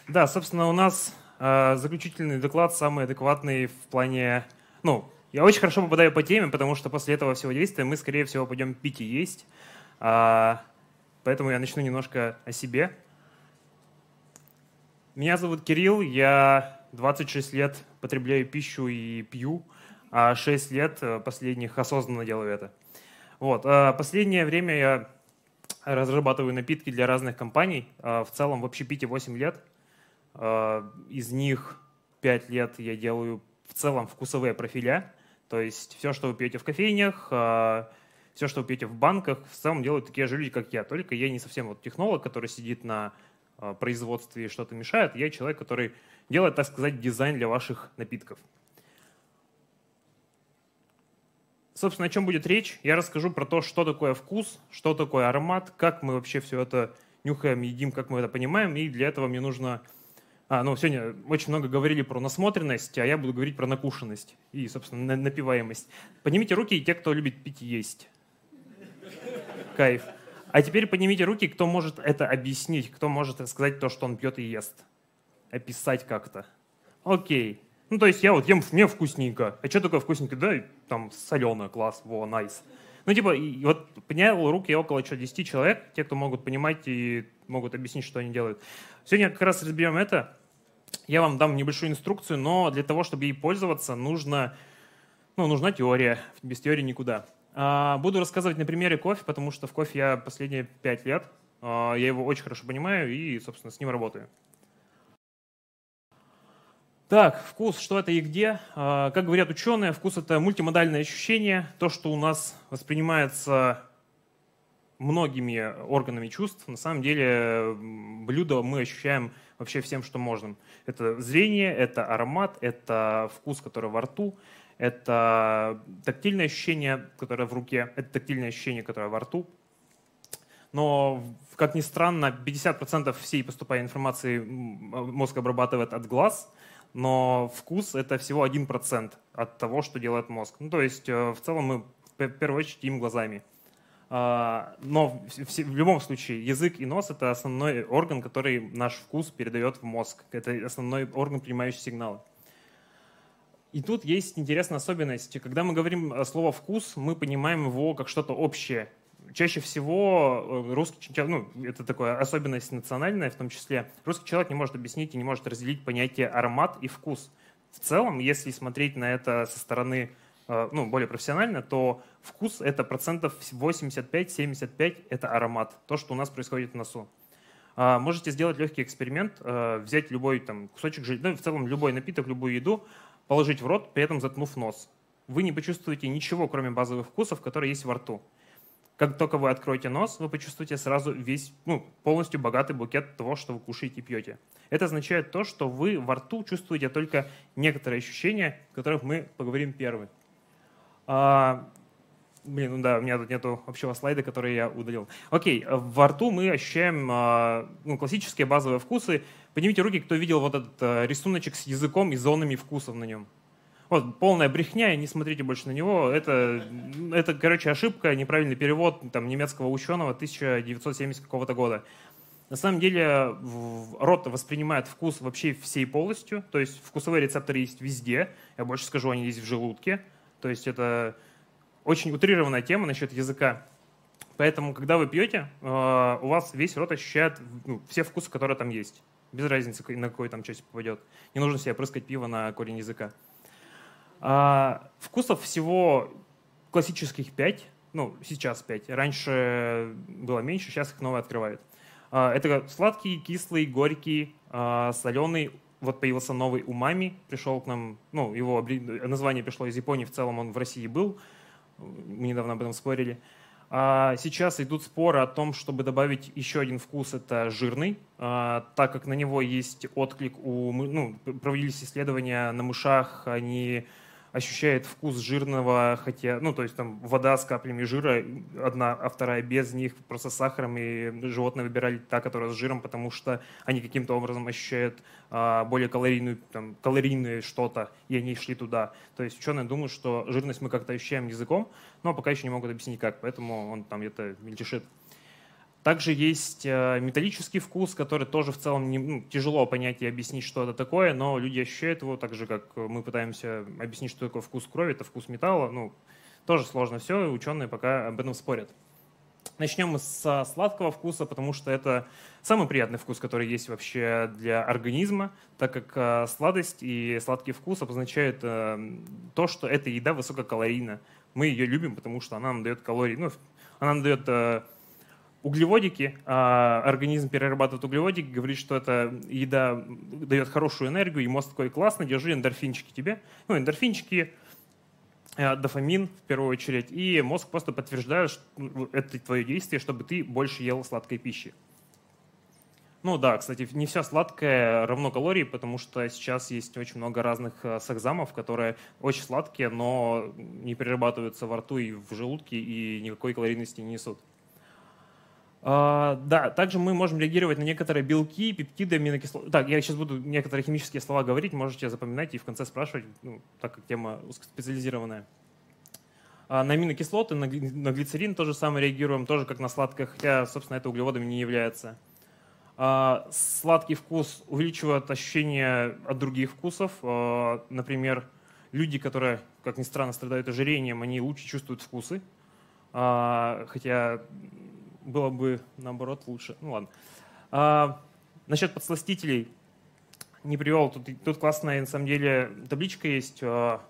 Да, собственно, у нас заключительный доклад самый адекватный в плане... Ну, я очень хорошо попадаю по теме, потому что после этого всего действия мы, скорее всего, пойдем пить и есть. Поэтому я начну немножко о себе. Меня зовут Кирилл, я 26 лет потребляю пищу и пью, а 6 лет последних осознанно делаю это. Вот. Последнее время я разрабатываю напитки для разных компаний. В целом в общепите 8 лет. Из них 5 лет я делаю в целом вкусовые профиля. То есть все, что вы пьете в кофейнях, все, что вы пьете в банках, в целом делают такие же люди, как я. Только я не совсем вот технолог, который сидит на производстве и что-то мешает. Я человек, который делает, так сказать, дизайн для ваших напитков. Собственно, о чем будет речь? Я расскажу про то, что такое вкус, что такое аромат, как мы вообще все это нюхаем, едим, как мы это понимаем. И для этого мне нужно... сегодня очень много говорили про насмотренность, а я буду говорить про накушенность и, собственно, напиваемость. Поднимите руки те, кто любит пить и есть. Кайф. А теперь поднимите руки, кто может это объяснить, кто может рассказать то, что он пьет и ест. Описать как-то. Окей. Ну, то есть я вот ем, мне вкусненько. А что такое вкусненько? Да, там соленое, класс, найс. Ну, типа, и вот поднял руки около 10 человек, те, кто могут понимать и могут объяснить, что они делают. Сегодня как раз разберем это. Я вам дам небольшую инструкцию, но для того, чтобы ей пользоваться, нужна теория. Без теории никуда. Буду рассказывать на примере кофе, потому что в кофе я последние 5 лет. Я его очень хорошо понимаю и, собственно, с ним работаю. Так, вкус, что это и где? Как говорят ученые, вкус – это мультимодальное ощущение, то, что у нас воспринимается многими органами чувств. На самом деле блюдо мы ощущаем вообще всем, что можем. Это зрение, это аромат, это вкус, который во рту, это тактильное ощущение, которое в руке, это тактильное ощущение, которое во рту. Но, как ни странно, 50% всей поступающей информации мозг обрабатывает от глаз, но вкус – это всего 1% от того, что делает мозг. Ну, то есть, в целом, мы в первую очередь едим глазами. Но в любом случае язык и нос – это основной орган, который наш вкус передает в мозг. Это основной орган, принимающий сигналы. И тут есть интересная особенность. Когда мы говорим слово «вкус», мы понимаем его как что-то общее. Чаще всего русский человек, это такая особенность национальная в том числе, русский человек не может объяснить и не может разделить понятие аромат и вкус. В целом, если смотреть на это со стороны более профессионально, то вкус – это 85-75% – это аромат, то, что у нас происходит в носу. Можете сделать легкий эксперимент, взять любой кусочек, в целом любой напиток, любую еду, положить в рот, при этом заткнув нос. Вы не почувствуете ничего, кроме базовых вкусов, которые есть во рту. Как только вы откроете нос, вы почувствуете сразу весь, полностью богатый букет того, что вы кушаете и пьете. Это означает то, что вы во рту чувствуете только некоторые ощущения, о которых мы поговорим первый. У меня тут нету общего слайда, который я удалил. Окей, во рту мы ощущаем классические базовые вкусы. Поднимите руки, кто видел вот этот рисуночек с языком и зонами вкусов на нем. Вот, полная брехня, и не смотрите больше на него. Это ошибка, неправильный перевод немецкого ученого 1970 какого-то года. На самом деле рот воспринимает вкус вообще всей полостью, то есть вкусовые рецепторы есть везде, я больше скажу, они есть в желудке. То есть это очень утрированная тема насчет языка. Поэтому, когда вы пьете, у вас весь рот ощущает все вкусы, которые там есть. Без разницы, на какой там часть попадет. Не нужно себе прыскать пиво на корень языка. Вкусов всего классических 5, сейчас 5. Раньше было меньше, сейчас их новые открывают. Это сладкий, кислый, горький, соленый. Вот появился новый умами, пришел к нам, его название пришло из Японии, в целом он в России был, мы недавно об этом спорили. Сейчас идут споры о том, чтобы добавить еще один вкус, это жирный, так как на него есть отклик, проводились исследования на мышах, они ощущают вкус жирного, хотя, то есть там вода с каплями жира, одна, а вторая без них, просто с сахаром, и животные выбирали та, которая с жиром, потому что они каким-то образом ощущают более калорийное что-то, и они шли туда. То есть ученые думают, что жирность мы как-то ощущаем языком, но пока еще не могут объяснить как, поэтому он там где-то мельтешит. Также есть металлический вкус, который тоже в целом тяжело понять и объяснить, что это такое, но люди ощущают его так же, как мы пытаемся объяснить, что такое вкус крови, это вкус металла. Ну, тоже сложно все, и ученые пока об этом спорят. Начнем мы со сладкого вкуса, потому что это самый приятный вкус, который есть вообще для организма, так как сладость и сладкий вкус обозначают то, что эта еда высококалорийна. Мы ее любим, потому что она нам дает калории, ну, она нам дает углеводики, а организм перерабатывает углеводики, говорит, что эта еда дает хорошую энергию, и мозг такой: классно, держи эндорфинчики тебе. Ну, эндорфинчики, дофамин в первую очередь, и мозг просто подтверждает, что это твое действие, чтобы ты больше ел сладкой пищи. Ну да, кстати, не все сладкое равно калории, потому что сейчас есть очень много разных сахзамов, которые очень сладкие, но не перерабатываются во рту и в желудке, и никакой калорийности не несут. Да, также мы можем реагировать на некоторые белки, пептиды, аминокислоты. Так, я сейчас буду некоторые химические слова говорить, можете запоминать и в конце спрашивать, ну, так как тема узкоспециализированная. На аминокислоты, на глицерин тоже самое реагируем, тоже как на сладкое, хотя, собственно, это углеводами не является. Сладкий вкус увеличивает ощущение от других вкусов. Например, люди, которые, как ни странно, страдают ожирением, они лучше чувствуют вкусы, хотя было бы, наоборот, лучше. Ну ладно. Насчет подсластителей не привел. Тут классная, на самом деле, табличка есть.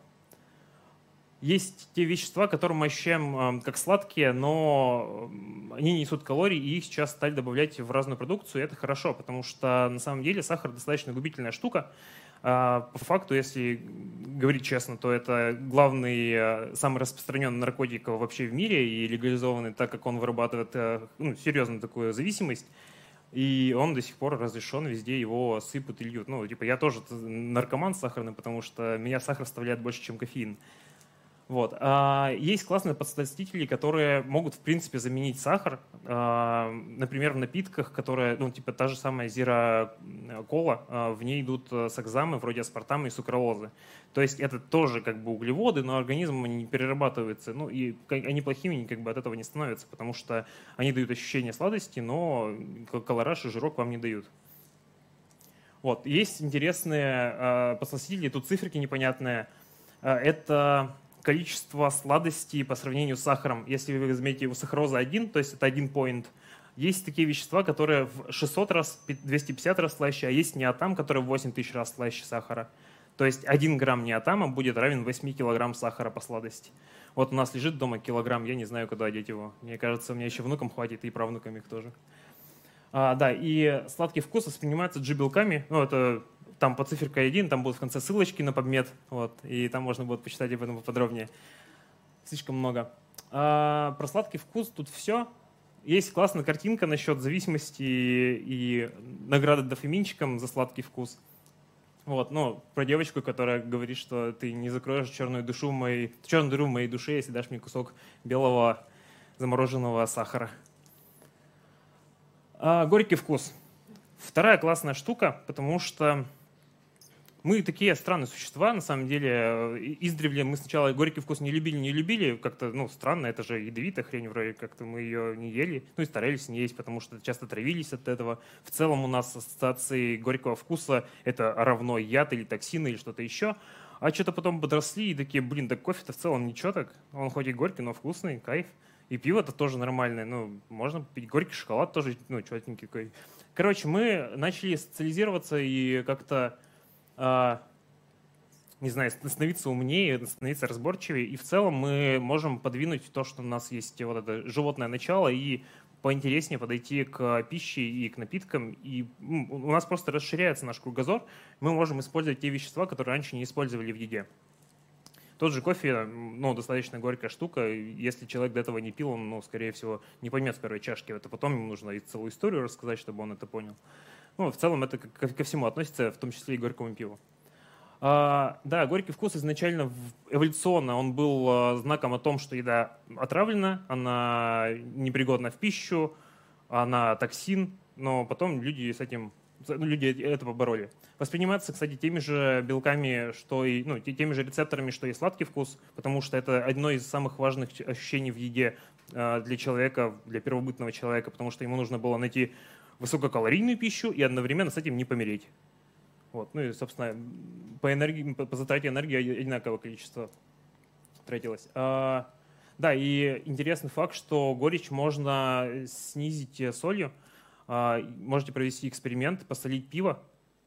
Есть те вещества, которые мы ощущаем как сладкие, но они не несут калорий, и их сейчас стали добавлять в разную продукцию, и это хорошо, потому что на самом деле сахар достаточно губительная штука. По факту, если говорить честно, то это главный, самый распространенный наркотик вообще в мире и легализованный, так как он вырабатывает серьезную такую зависимость. И он до сих пор разрешен, везде его сыпут и льют. Ну, типа, я тоже наркоман сахарный, потому что меня сахар вставляет больше, чем кофеин. Вот. Есть классные подсластители, которые могут, в принципе, заменить сахар. Например, в напитках, которые, ну, типа та же самая зира-кола, в ней идут сахзамы, вроде аспартама и сукралозы. То есть это тоже как бы углеводы, но организмом они не перерабатываются. Ну, и они плохими как бы от этого не становятся, потому что они дают ощущение сладости, но колораж и жирок вам не дают. Вот. Есть интересные подсластители, тут циферки непонятные. Это количество сладости по сравнению с сахаром. Если вы возьмете у сахароза 1, то есть это 1 point, есть такие вещества, которые в 600 раз, 250 раз слаще, а есть неотам, который в 8000 раз слаще сахара. То есть 1 грамм неотама будет равен 8 килограмм сахара по сладости. Вот у нас лежит дома килограмм, я не знаю, куда одеть его. Мне кажется, у меня еще внукам хватит, и правнукам их тоже. Да, и сладкий вкус воспринимается G-белками. Ну, это там по циферке 1, там будут в конце ссылочки на PubMed, вот, и там можно будет почитать об этом поподробнее. Слишком много. Про сладкий вкус тут все. Есть классная картинка насчет зависимости и награды дофаминчикам за сладкий вкус. Вот, ну, про девочку, которая говорит, что ты не закроешь черную дыру в моей душе, если дашь мне кусок белого замороженного сахара. Горький вкус. Вторая классная штука, потому что мы такие странные существа, на самом деле. Издревле мы сначала горький вкус не любили, как-то, ну, странно, это же ядовитая хрень, вроде как-то мы ее не ели, ну и старались не есть, потому что часто травились от этого. В целом у нас ассоциации горького вкуса это равно яд или токсины или что-то еще. А что-то потом подросли и такие, блин, да кофе-то в целом ничего так, он хоть и горький, но вкусный, кайф. И пиво-то тоже нормальное, ну, можно пить горький шоколад тоже, ну, четенький такой. Короче, мы начали социализироваться и как-то не знаю, становиться умнее, становиться разборчивее. И в целом мы можем подвинуть то, что у нас есть вот это животное начало, и поинтереснее подойти к пище и к напиткам. И у нас просто расширяется наш кругозор. Мы можем использовать те вещества, которые раньше не использовали в еде. Тот же кофе, ну, достаточно горькая штука. Если человек до этого не пил, он, ну, скорее всего, не поймет с первой чашки. Это потом ему нужно и целую историю рассказать, чтобы он это понял. Ну, в целом это ко всему относится, в том числе и к горькому пиву. Да, горький вкус изначально эволюционно он был знаком о том, что еда отравлена, она непригодна в пищу, она токсин, но потом люди это побороли. Воспринимается, кстати, теми же белками, что и, ну, теми же рецепторами, что и сладкий вкус, потому что это одно из самых важных ощущений в еде. для человека, для первобытного человека, потому что ему нужно было найти высококалорийную пищу и одновременно с этим не помереть. Вот. Ну и, собственно, по затрате энергии одинаковое количество тратилось. Да, и интересный факт, что горечь можно снизить солью. Можете провести эксперимент, посолить пиво.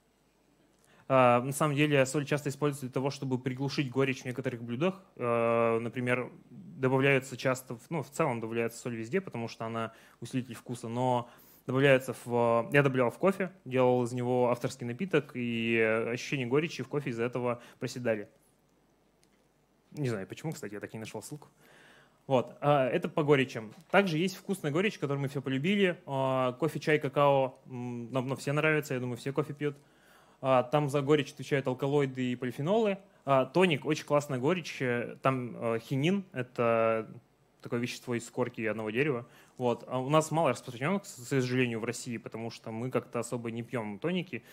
На самом деле соль часто используется для того, чтобы приглушить горечь в некоторых блюдах. Например, добавляется часто, в целом добавляется соль везде, потому что она усилитель вкуса, но добавляется я добавлял в кофе, делал из него авторский напиток, и ощущение горечи в кофе из-за этого проседали. Не знаю почему, кстати, я так и не нашел ссылку. Вот, это по горечам. Также есть вкусная горечь, которую мы все полюбили. Кофе, чай, какао, нам все нравится, я думаю, все кофе пьют. Там за горечь отвечают алкалоиды и полифенолы. Тоник, очень классная горечь. Там хинин, это такое вещество из корки одного дерева. Вот. У нас мало распространено, к сожалению, в России, потому что мы как-то особо не пьем тоники.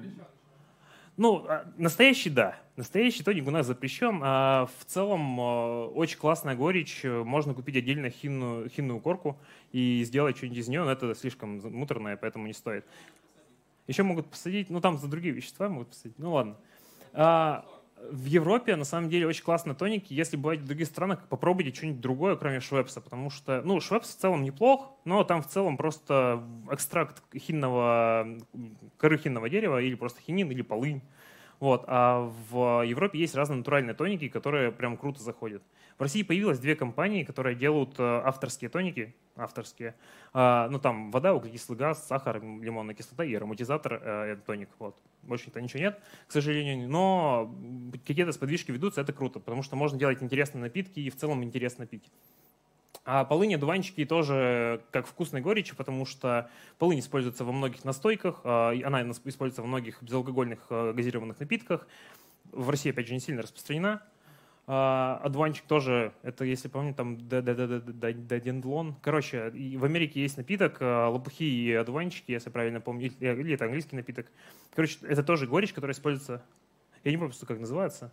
Настоящий, да. Настоящий тоник у нас запрещен. А в целом очень классная горечь. Можно купить отдельно хинную корку и сделать что-нибудь из нее, но это слишком муторное, поэтому не стоит. Еще могут посадить, там за другие вещества могут посадить. Ну ладно. В Европе, на самом деле, очень классные тоники. Если бываете в других странах, попробуйте что-нибудь другое, кроме швепса, потому что, швепс в целом неплох, но там в целом просто экстракт коры хинного дерева или просто хинин, или полынь. Вот. А в Европе есть разные натуральные тоники, которые прям круто заходят. В России появилось 2 компании, которые делают авторские тоники. Авторские. Там вода, углекислый газ, сахар, лимонная кислота и ароматизатор тоник. Вот. Больше-то ничего нет, к сожалению. Но какие-то сподвижки ведутся, это круто, потому что можно делать интересные напитки и в целом интересно пить. А полынь, одуванчики тоже как вкусной горечи, потому что полынь используется во многих настойках, она используется во многих безалкогольных газированных напитках. В России, опять же, не сильно распространена. Одуванчик тоже, это, если помните, там додендлон. Короче, в Америке есть напиток, лопухи и одуванчики, если правильно помню, или это английский напиток. Короче, это тоже горечь, которая используется, я не помню, как называется.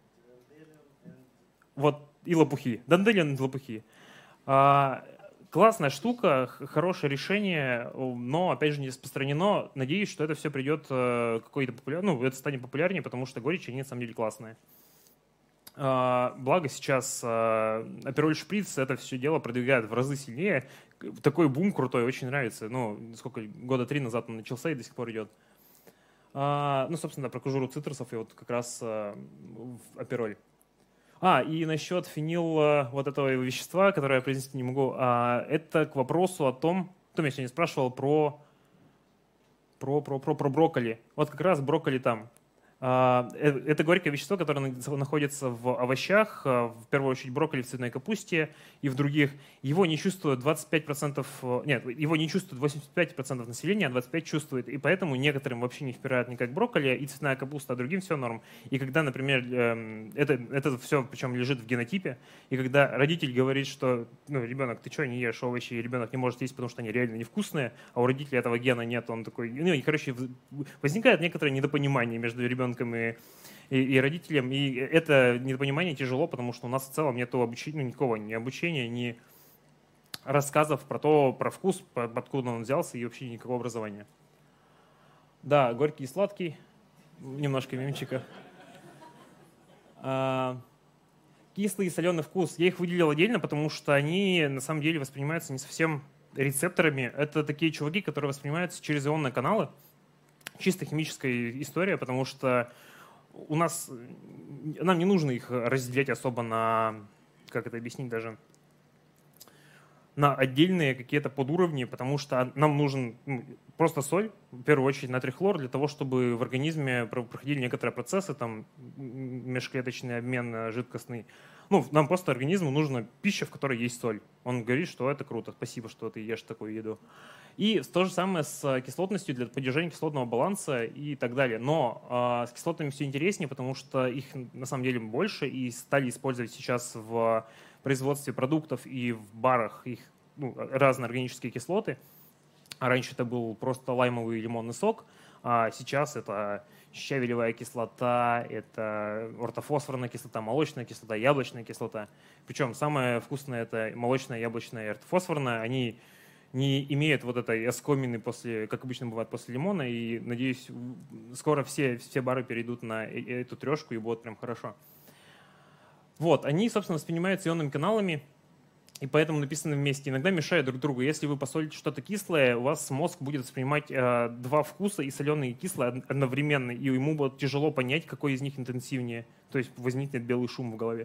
Вот, и лопухи, данделиан и лопухи. Классная штука, хорошее решение, но, опять же, не распространено. Надеюсь, что это все придет какой-то это станет популярнее, потому что горечи, они на самом деле классные. Благо сейчас Апероль Шприц это все дело продвигает в разы сильнее. Такой бум крутой, очень нравится. Сколько, 3 года назад он начался и до сих пор идет. Собственно, про кожуру цитрусов и вот как раз Апероль. И насчет фенил вот этого вещества, которое я произнести не могу, это к вопросу о том, кто меня сегодня спрашивал про брокколи. Вот как раз брокколи там. Это горькое вещество, которое находится в овощах, в первую очередь брокколи, в цветной капусте и в других. Его не чувствует 25%, нет, его не чувствует 85% населения, а 25% чувствует. И поэтому некоторым вообще не впирают никак брокколи и цветная капуста, а другим все норм. И когда, например, это все причем лежит в генотипе, и когда родитель говорит, что ребенок, ты что, не ешь овощи, и ребенок не может есть, потому что они реально невкусные, а у родителя этого гена нет, он такой... возникает некоторое недопонимание между ребенком и родителям, и это недопонимание тяжело, потому что у нас в целом нет никакого ни обучения, ни рассказов про вкус, откуда он взялся, и вообще никакого образования. Да, горький и сладкий, немножко мемчика. Кислый и соленый вкус. Я их выделил отдельно, потому что они на самом деле воспринимаются не совсем рецепторами. Это такие чуваки, которые воспринимаются через ионные каналы. Чисто химическая история, потому что нам не нужно их разделять особо на, как это объяснить даже, на отдельные какие-то подуровни, потому что нам нужен просто соль, в первую очередь натрий хлор, для того, чтобы в организме проходили некоторые процессы, там межклеточный обмен жидкостный. Нам просто организму нужна пища, в которой есть соль. Он говорит, что это круто, спасибо, что ты ешь такую еду. И то же самое с кислотностью для поддержания кислотного баланса и так далее. Но с кислотами все интереснее, потому что их на самом деле больше, и стали использовать сейчас в производстве продуктов и в барах их разные органические кислоты. А раньше это был просто лаймовый и лимонный сок. А сейчас это щавелевая кислота, это ортофосфорная кислота, молочная кислота, яблочная кислота. Причем самое вкусное это молочная, яблочная и ортофосфорная. Они не имеют вот этой оскомины после, как обычно бывает после лимона. И, надеюсь, скоро все бары перейдут на эту трешку и будет прям хорошо. Вот, они, собственно, воспринимаются ионными каналами, и поэтому написаны вместе. Иногда мешают друг другу. Если вы посолите что-то кислое, у вас мозг будет воспринимать два вкуса, и соленый, и кислый одновременно, и ему будет тяжело понять, какой из них интенсивнее. То есть возникнет белый шум в голове.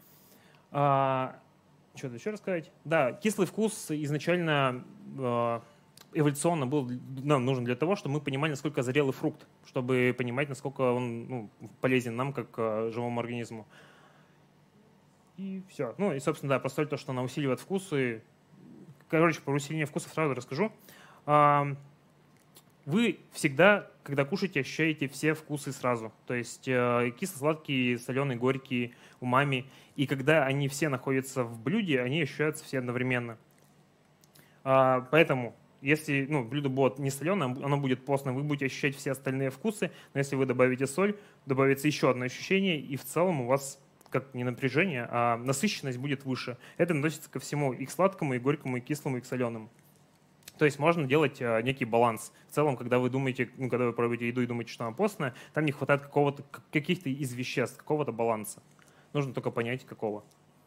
Что-то еще рассказать? Да, кислый вкус изначально эволюционно был нам нужен для того, чтобы мы понимали, насколько зрелый фрукт, чтобы понимать, насколько он полезен нам, как живому организму. И все. Ну и, собственно, да, просто то, что она усиливает вкусы. Короче, про усиление вкуса сразу расскажу. Вы всегда, когда кушаете, ощущаете все вкусы сразу. То есть кисло-сладкие, соленые, горькие, умами. И когда они все находятся в блюде, они ощущаются все одновременно. Поэтому, если блюдо будет не соленое, оно будет постное, вы будете ощущать все остальные вкусы. Но если вы добавите соль, добавится еще одно ощущение, и в целом у вас как не напряжение, а насыщенность будет выше. Это относится ко всему, и к сладкому, и к горькому, и к кислому, и к соленому. То есть можно делать некий баланс. В целом, когда вы думаете, когда вы пробуете еду и думаете, что она постная, там не хватает каких-то из веществ, какого-то баланса. Нужно только понять, какого.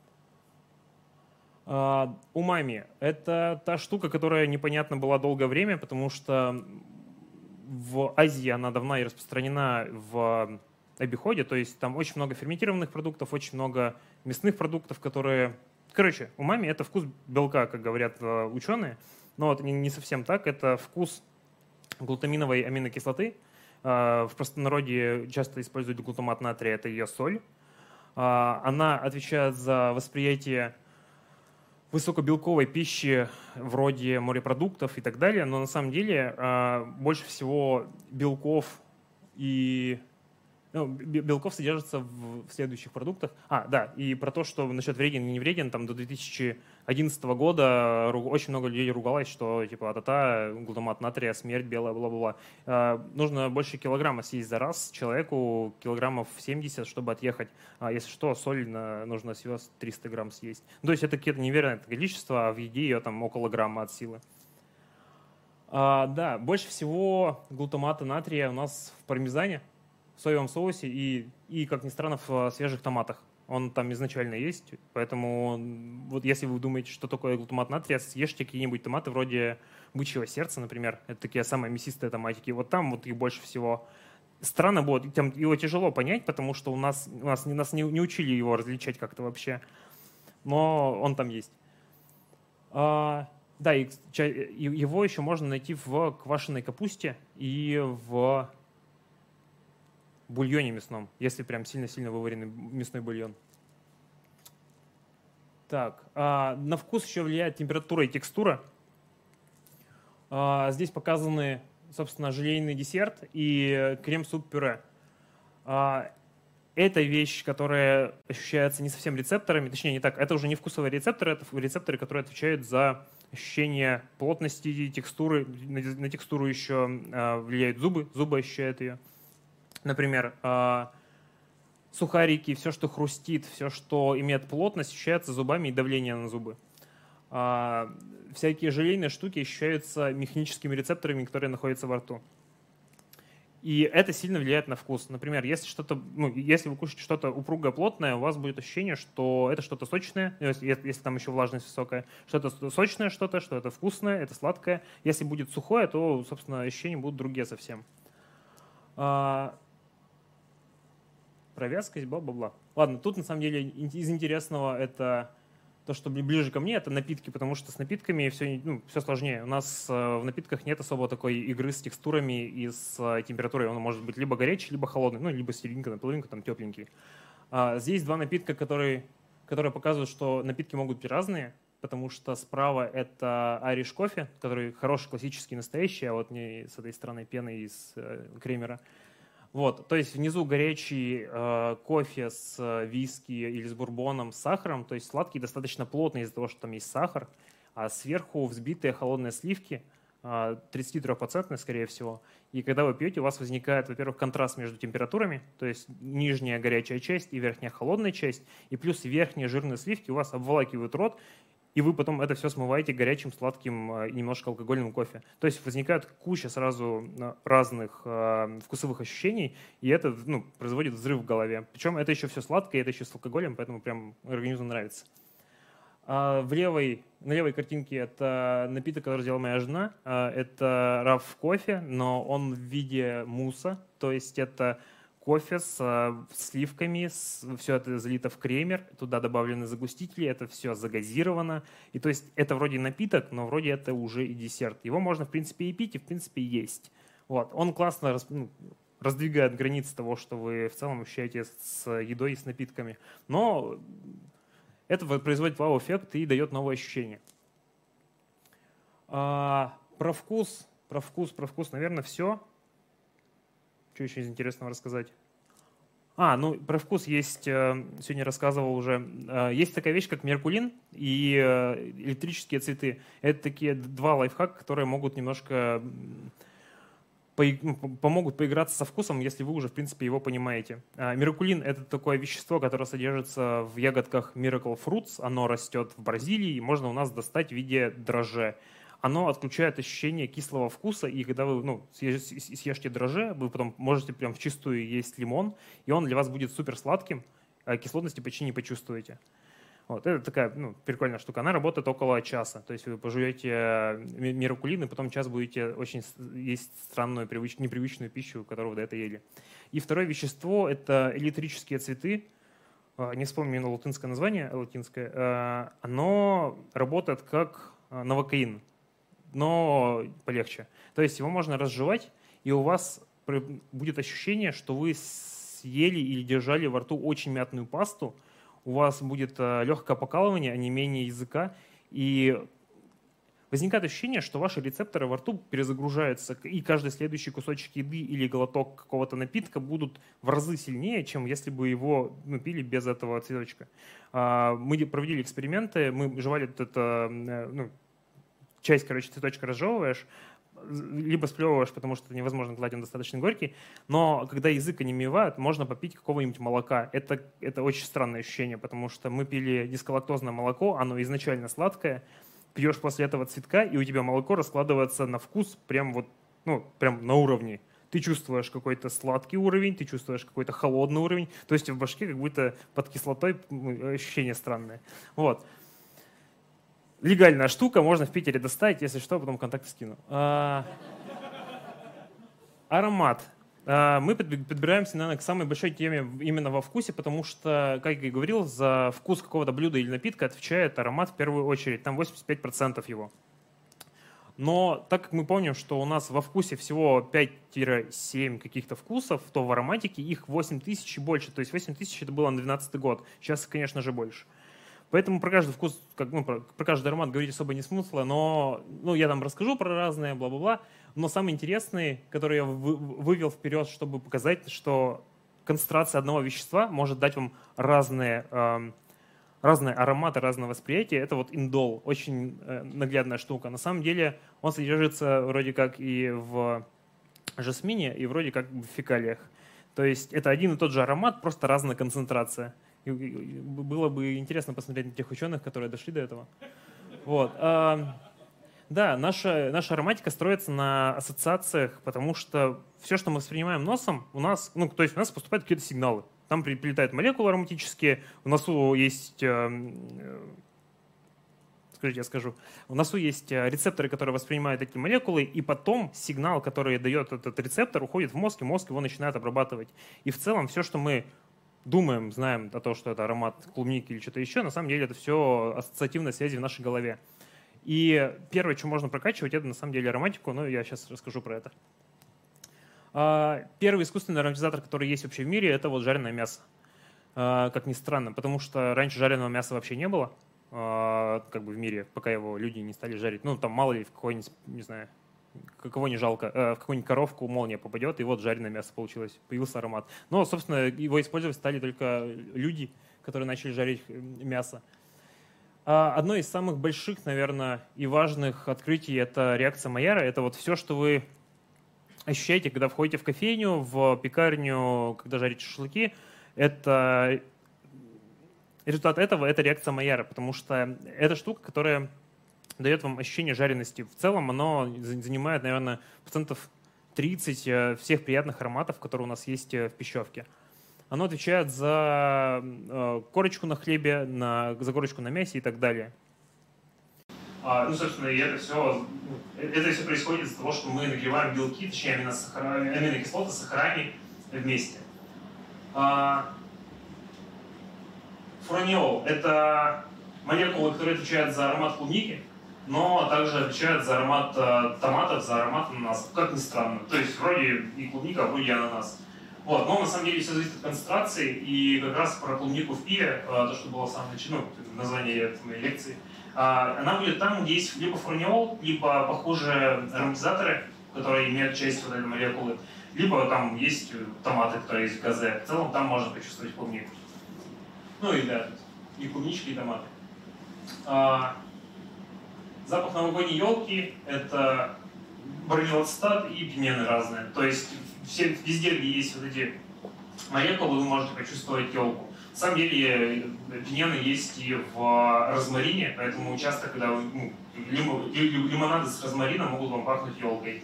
Умами – это та штука, которая непонятна была долгое время, потому что в Азии она давно и распространена в обиходе, то есть там очень много ферментированных продуктов, очень много мясных продуктов, которые… Короче, умами – это вкус белка, как говорят ученые, но вот не совсем так, это вкус глутаминовой аминокислоты. В простонародье часто используют глутамат натрия, это ее соль. Она отвечает за восприятие высокобелковой пищи вроде морепродуктов и так далее, но на самом деле больше всего белков содержится в следующих продуктах. Да, и про то, что насчет вреден и не вреден, там до 2011 года очень много людей ругалось, что типа глутамат натрия, смерть белая, бла-бла-бла. Нужно больше килограмма съесть за раз человеку, килограммов 70, чтобы отъехать. Если что, соль нужно всего 300 грамм съесть. То есть это какие-то невероятное количество, а в еде ее там около грамма от силы. Да, больше всего глутамата натрия у нас в пармезане, в соевом соусе и, как ни странно, в свежих томатах. Он там изначально есть, поэтому вот если вы думаете, что такое глутамат натрия, съешьте какие-нибудь томаты вроде бычьего сердца, например. Это такие самые мясистые томатики. Вот там вот их больше всего. Странно будет, его тяжело понять, потому что нас не учили его различать как-то вообще. Но он там есть. Да, и его еще можно найти в квашеной капусте и в бульоне мясном, если прям сильно-сильно вываренный мясной бульон. Так, на вкус еще влияет температура и текстура. Здесь показаны, собственно, желейный десерт и крем-суп-пюре. Это вещь, которая ощущается не совсем рецепторами, точнее не так, это уже не вкусовые рецепторы, это рецепторы, которые отвечают за ощущение плотности, текстуры. На текстуру еще влияют зубы ощущают ее. Например, сухарики, все, что хрустит, все, что имеет плотность, ощущается зубами и давление на зубы. Всякие желейные штуки ощущаются механическими рецепторами, которые находятся во рту. И это сильно влияет на вкус. Например, если вы кушаете что-то упругое, плотное, у вас будет ощущение, что это что-то сочное, если там еще влажность высокая, что это сочное что-то, что это вкусное, это сладкое. Если будет сухое, то, собственно, ощущения будут другие совсем. Про вязкость, бла-бла-бла. Ладно, тут на самом деле из интересного это то, что ближе ко мне, это напитки, потому что с напитками все сложнее. У нас в напитках нет особо такой игры с текстурами и с температурой. Он может быть либо горячий, либо холодный, либо серединка, наполовинка, там тепленький. Здесь два напитка, которые показывают, что напитки могут быть разные, потому что справа это Irish кофе, который хороший, классический, настоящий, а вот не с этой стороны пены из кремера. Вот, то есть внизу горячий кофе с виски или с бурбоном, с сахаром, то есть сладкий, достаточно плотный из-за того, что там есть сахар, а сверху взбитые холодные сливки, 33%, скорее всего. И когда вы пьете, у вас возникает, во-первых, контраст между температурами, то есть нижняя горячая часть и верхняя холодная часть, и плюс верхние жирные сливки у вас обволакивают рот, и вы потом это все смываете горячим, сладким и немножко алкогольным кофе. То есть возникает куча сразу разных вкусовых ощущений, и это производит взрыв в голове. Причем это еще все сладкое, это еще с алкоголем, поэтому прям организму нравится. На левой картинке это напиток, который сделала моя жена. Это раф кофе, но он в виде мусса, то есть это кофе с сливками, все это залито в кремер, туда добавлены загустители, это все загазировано. И то есть это вроде напиток, но вроде это уже и десерт. Его можно в принципе и пить, и в принципе и есть. Вот. Он классно раздвигает границы того, что вы в целом ощущаете с едой и с напитками. Но это производит вау-эффект и дает новые ощущения. Про вкус, наверное, все. Что еще из интересного рассказать? Про вкус есть, сегодня рассказывал уже, есть такая вещь, как меркулин и электрические цветы. Это такие два лайфхака, которые могут немножко помогут поиграться со вкусом, если вы уже, в принципе, его понимаете. Миракулин — это такое вещество, которое содержится в ягодках Miracle Fruits. Оно растет в Бразилии, и можно у нас достать в виде дрожжа. Оно отключает ощущение кислого вкуса, и когда вы съешьте дрожжи, вы потом можете прям вчистую есть лимон, и он для вас будет супер сладким, а кислотности почти не почувствуете. Вот, это такая прикольная штука. Она работает около часа. То есть вы пожуете миракулин, и потом час будете очень есть странную, непривычную пищу, которую вы до этого ели. И второе вещество — это электрические цветы. Не вспомню именно латинское название, оно работает как новокаин, но полегче. То есть его можно разжевать, и у вас будет ощущение, что вы съели или держали во рту очень мятную пасту, у вас будет легкое покалывание, онемение языка, и возникает ощущение, что ваши рецепторы во рту перезагружаются, и каждый следующий кусочек еды или глоток какого-то напитка будут в разы сильнее, чем если бы его пили без этого цветочка. Мы проводили эксперименты, мы жевали часть, цветочка разжевываешь, либо сплевываешь, потому что это невозможно гладить, он достаточно горький, но когда язык онемевает, можно попить какого-нибудь молока. Это очень странное ощущение, потому что мы пили низколактозное молоко, оно изначально сладкое, пьешь после этого цветка, и у тебя молоко раскладывается на вкус прям прям на уровне. Ты чувствуешь какой-то сладкий уровень, ты чувствуешь какой-то холодный уровень, то есть в башке как будто под кислотой ощущение странное. Вот. Легальная штука, можно в Питере достать, если что, потом контакты скину. Аромат. Мы подбираемся, наверное, к самой большой теме именно во вкусе, потому что, как я и говорил, за вкус какого-то блюда или напитка отвечает аромат в первую очередь, там 85% его. Но так как мы помним, что у нас во вкусе всего 5-7 каких-то вкусов, то в ароматике их 8000 и больше. То есть 8000 это было на 2012 год, сейчас, конечно же, больше. Поэтому про каждый вкус, про каждый аромат говорить особо не смысла, но я там расскажу про разные, бла-бла-бла. Но самый интересный, который я вывел вперед, чтобы показать, что концентрация одного вещества может дать вам разные ароматы, разное восприятие, это индол, очень наглядная штука. На самом деле он содержится вроде как и в жасмине, и вроде как в фекалиях. То есть это один и тот же аромат, просто разная концентрация. И было бы интересно посмотреть на тех ученых, которые дошли до этого. Вот. Да, наша ароматика строится на ассоциациях, потому что все, что мы воспринимаем носом, у нас поступают какие-то сигналы. Там прилетают молекулы ароматические, в носу есть, в носу есть рецепторы, которые воспринимают эти молекулы, и потом сигнал, который дает этот рецептор, уходит в мозг, и мозг его начинает обрабатывать. И в целом все, что мы думаем, знаем о том, что это аромат клубники или что-то еще, на самом деле это все ассоциативные связи в нашей голове. И первое, что можно прокачивать, это на самом деле ароматику, но я сейчас расскажу про это. Первый искусственный ароматизатор, который есть вообще в мире, это жареное мясо. Как ни странно, потому что раньше жареного мяса вообще не было в мире, пока его люди не стали жарить. Там мало ли в какой-нибудь, не знаю, кого не жалко, в какую-нибудь коровку молния попадет, и жареное мясо получилось, появился аромат. Но, собственно, его использовать стали только люди, которые начали жарить мясо. Одно из самых больших, наверное, и важных открытий — это реакция Майяра. Это вот все, что вы ощущаете, когда входите в кофейню, в пекарню, когда жарите шашлыки. Это результат этого — это реакция Майяра, потому что это штука, которая дает вам ощущение жарености. В целом оно занимает, наверное, процентов 30 всех приятных ароматов, которые у нас есть в пищевке. Оно отвечает за корочку на хлебе, за корочку на мясе и так далее. Ну, собственно, и это все происходит из-за того, что мы нагреваем белки, точнее аминокислоты с сахарами вместе. Фураниол — это молекулы, которые отвечают за аромат клубники, но также отвечают за аромат томатов, за аромат ананасов, как ни странно. То есть вроде и клубника, а вроде и ананас. Вот. Но на самом деле все зависит от концентрации, и как раз про клубнику в пиве, то, что было в самом начале, название моей лекции, она будет там, где есть либо фураниол, либо похожие ароматизаторы, которые имеют часть вот этой молекулы, либо там есть томаты, которые есть в газе. В целом там можно почувствовать клубнику. Ну и да, и клубнички, и томаты. Запах новогодней елки — это борнилацетат и пимены разные. То есть везде, где есть вот эти молекулы, вы можете почувствовать елку. На самом деле пимены есть и в розмарине, поэтому часто, когда вы, лимонады с розмарином могут вам пахнуть елкой.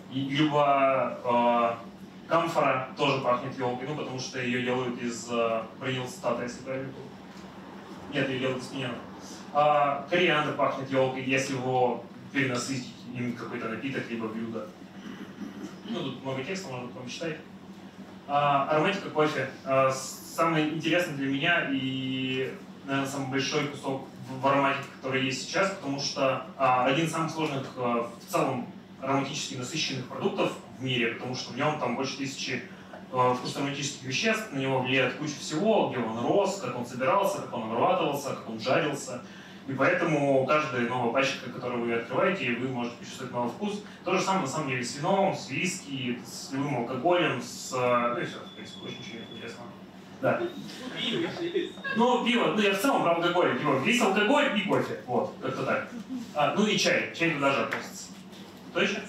Либо камфора тоже пахнет елкой, потому что ее делают из борнилацетата, если правильно помню. Нет, ее делают из пименов. Кориандр пахнет елкой, если его перенасытить им какой-то напиток, либо блюдо. Тут много текста, можно потом читать. Ароматика кофе. Самый интересный для меня и, наверное, самый большой кусок в ароматике, который есть сейчас, потому что один из самых сложных в целом ароматически насыщенных продуктов в мире, потому что в нем там больше 1000 вкусно-ароматических веществ, на него влияет куча всего, где он рос, как он собирался, как он обрабатывался, как он жарился. И поэтому каждая новая пачка, которую вы открываете, вы можете почувствовать новый вкус. То же самое на самом деле с вином, с виски, с любым алкоголем, ну и все, в принципе, очень интересно. Да. Пиво, я в целом про алкоголь. Весь алкоголь и кофе, вот, как-то так. Ну и чай туда же относится. Точно?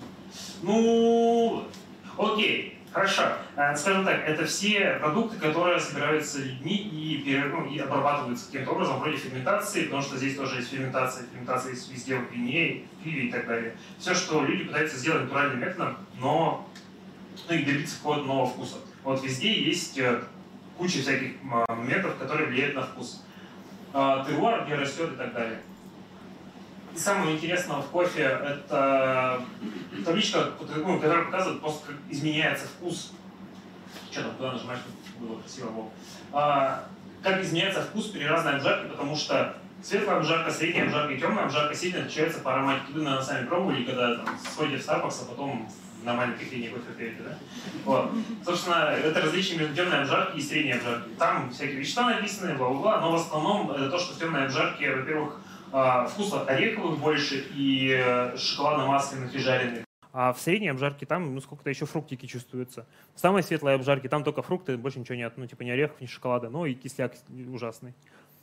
Окей. Хорошо. Скажем так, это все продукты, которые собираются людьми и обрабатываются каким-то образом, вроде ферментации, потому что здесь тоже есть ферментация. Ферментация есть везде в вине, в пиве и так далее. Все, что люди пытаются сделать натуральным методом, но и добиться какого-то нового вкуса. Вот везде есть куча всяких моментов, которые влияют на вкус. Теруар, где растет и так далее. И самое интересное в кофе — это табличка, которая показывает просто, как изменяется вкус. Что там, куда нажимаешь, чтобы было красиво. Как изменяется вкус при разной обжарке, потому что светлая обжарка, средняя обжарка и темная обжарка сильно отличаются по ароматике. Вы, наверное, сами пробовали, когда сходите в Starbucks, а потом в нормальной кофейне кофе пьете, да? Вот. Собственно, это различие между темной обжаркой и средней обжаркой. Там всякие вещества написаны, бла-бла-бла, но в основном это то, что в темной обжарке, во-первых, вкуса ореховых больше и шоколадно-масляных и жареных. А в средней обжарке там сколько-то еще фруктики чувствуются. В самой светлой обжарке там только фрукты, больше ничего нет. Ни орехов, ни шоколада, и кисляк ужасный.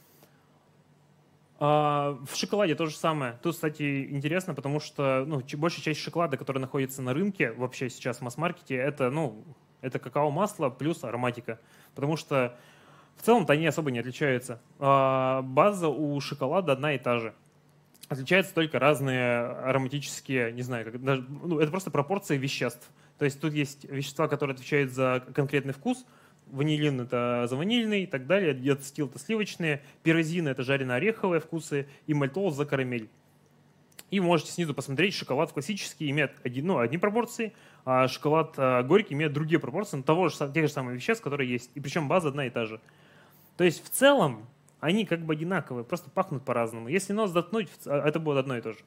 В шоколаде то же самое. Тут, кстати, интересно, потому что большая часть шоколада, который находится на рынке вообще сейчас в масс-маркете, это какао-масло плюс ароматика. Потому что в целом-то они особо не отличаются. База у шоколада одна и та же. Отличаются только разные ароматические, не знаю, это просто пропорции веществ. То есть тут есть вещества, которые отвечают за конкретный вкус. Ванилин — это за ванильный и так далее. Диацетил — это сливочные. Пирозин — это жарено-ореховые вкусы. И мальтол — за карамель. И вы можете снизу посмотреть, шоколад классический имеет одни пропорции, а шоколад горький имеет другие пропорции, тех же самых веществ, которые есть. И причем база одна и та же. То есть в целом они как бы одинаковые, просто пахнут по-разному. Если нос заткнуть, это будет одно и то же.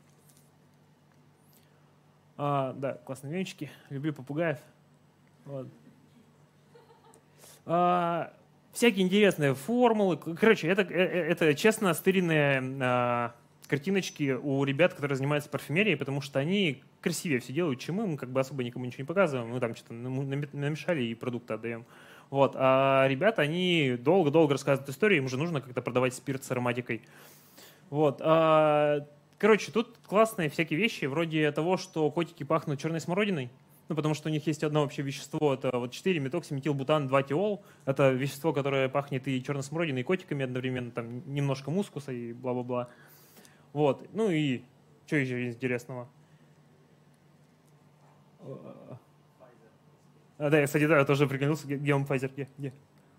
Да, классные венчики. Люблю попугаев. Вот. Всякие интересные формулы. Короче, это честно стыренные картиночки у ребят, которые занимаются парфюмерией, потому что они красивее все делают, чем мы как бы особо никому ничего не показываем. Мы там что-то намешали и продукты отдаем. Вот. А ребята, они долго-долго рассказывают историю, им уже нужно как-то продавать спирт с ароматикой. Вот. Короче, тут классные всякие вещи, вроде того, что котики пахнут черной смородиной, ну, потому что у них есть одно общее вещество, это вот 4-метоксиметилбутан 2-тиол. Это вещество, которое пахнет и черной смородиной, и котиками одновременно, там немножко мускуса и бла-бла-бла. Вот. Ну и что еще интересного? Да, я, кстати, да, я тоже прикинулся, где он Pfizer, где?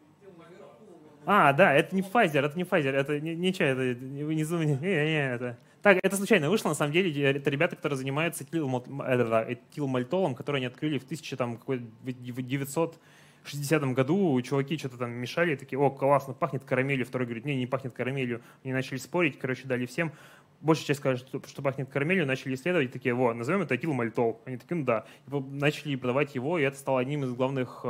Да, это не Pfizer, это не чай, это вы не это. Так, это случайно вышло, на самом деле, это ребята, которые занимаются этилмальтолом, который они открыли в 1960 году, чуваки что-то там мешали, такие, о, классно, пахнет карамелью, второй говорит, не пахнет карамелью, они начали спорить, короче, дали всем, большая часть скажет, что пахнет карамелью, начали исследовать, такие, назовем это этилмальтол, они такие, ну да, и начали продавать его, и это стало одним из главных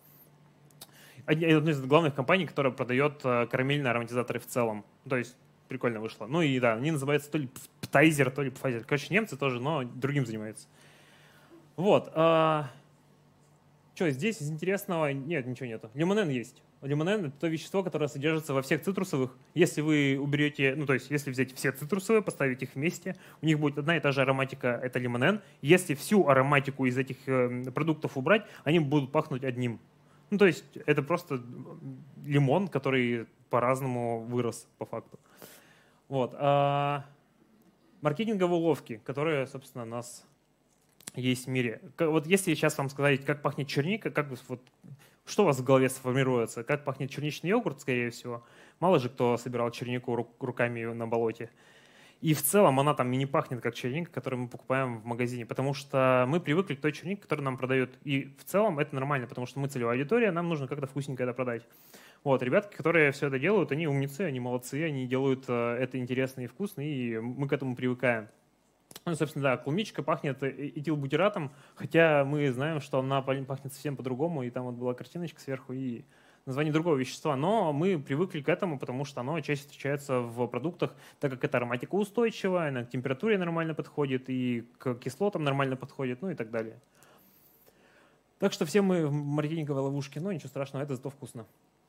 одной из главных компаний, которая продает карамельные ароматизаторы в целом. То есть прикольно вышло. Ну и да, они называются то ли Pfizer, то ли Pfizer. Короче, немцы тоже, но другим занимаются. Вот. Что здесь из интересного? Нет, ничего нету. Лимонен есть. Лимонен — это то вещество, которое содержится во всех цитрусовых. Если вы уберете, ну то есть если взять все цитрусовые, поставить их вместе, у них будет одна и та же ароматика, это лимонен. Если всю ароматику из этих продуктов убрать, они будут пахнуть одним. Ну, то есть это просто лимон, который по-разному вырос по факту. Вот. Маркетинговые уловки, которые, собственно, у нас есть в мире. Вот если сейчас вам сказать, как пахнет черника, что у вас в голове сформируется, как пахнет черничный йогурт, скорее всего. Мало же кто собирал чернику руками на болоте. И в целом она там не пахнет, как черника, которую мы покупаем в магазине, потому что мы привыкли к той чернике, которую нам продают. И в целом это нормально, потому что мы целевая аудитория, нам нужно как-то вкусненько это продать. Вот, ребятки, которые все это делают, они умницы, они молодцы, они делают это интересно и вкусно, и мы к этому привыкаем. Ну, собственно, да, клубничка пахнет этилбутиратом, хотя мы знаем, что она пахнет совсем по-другому, и там вот была картиночка сверху, и название другого вещества, но мы привыкли к этому, потому что оно чаще встречается в продуктах, так как это ароматика устойчивая, она к температуре нормально подходит и к кислотам нормально подходит, ну и так далее. Так что все мы в маркетинговой ловушке, но ничего страшного, это зато вкусно.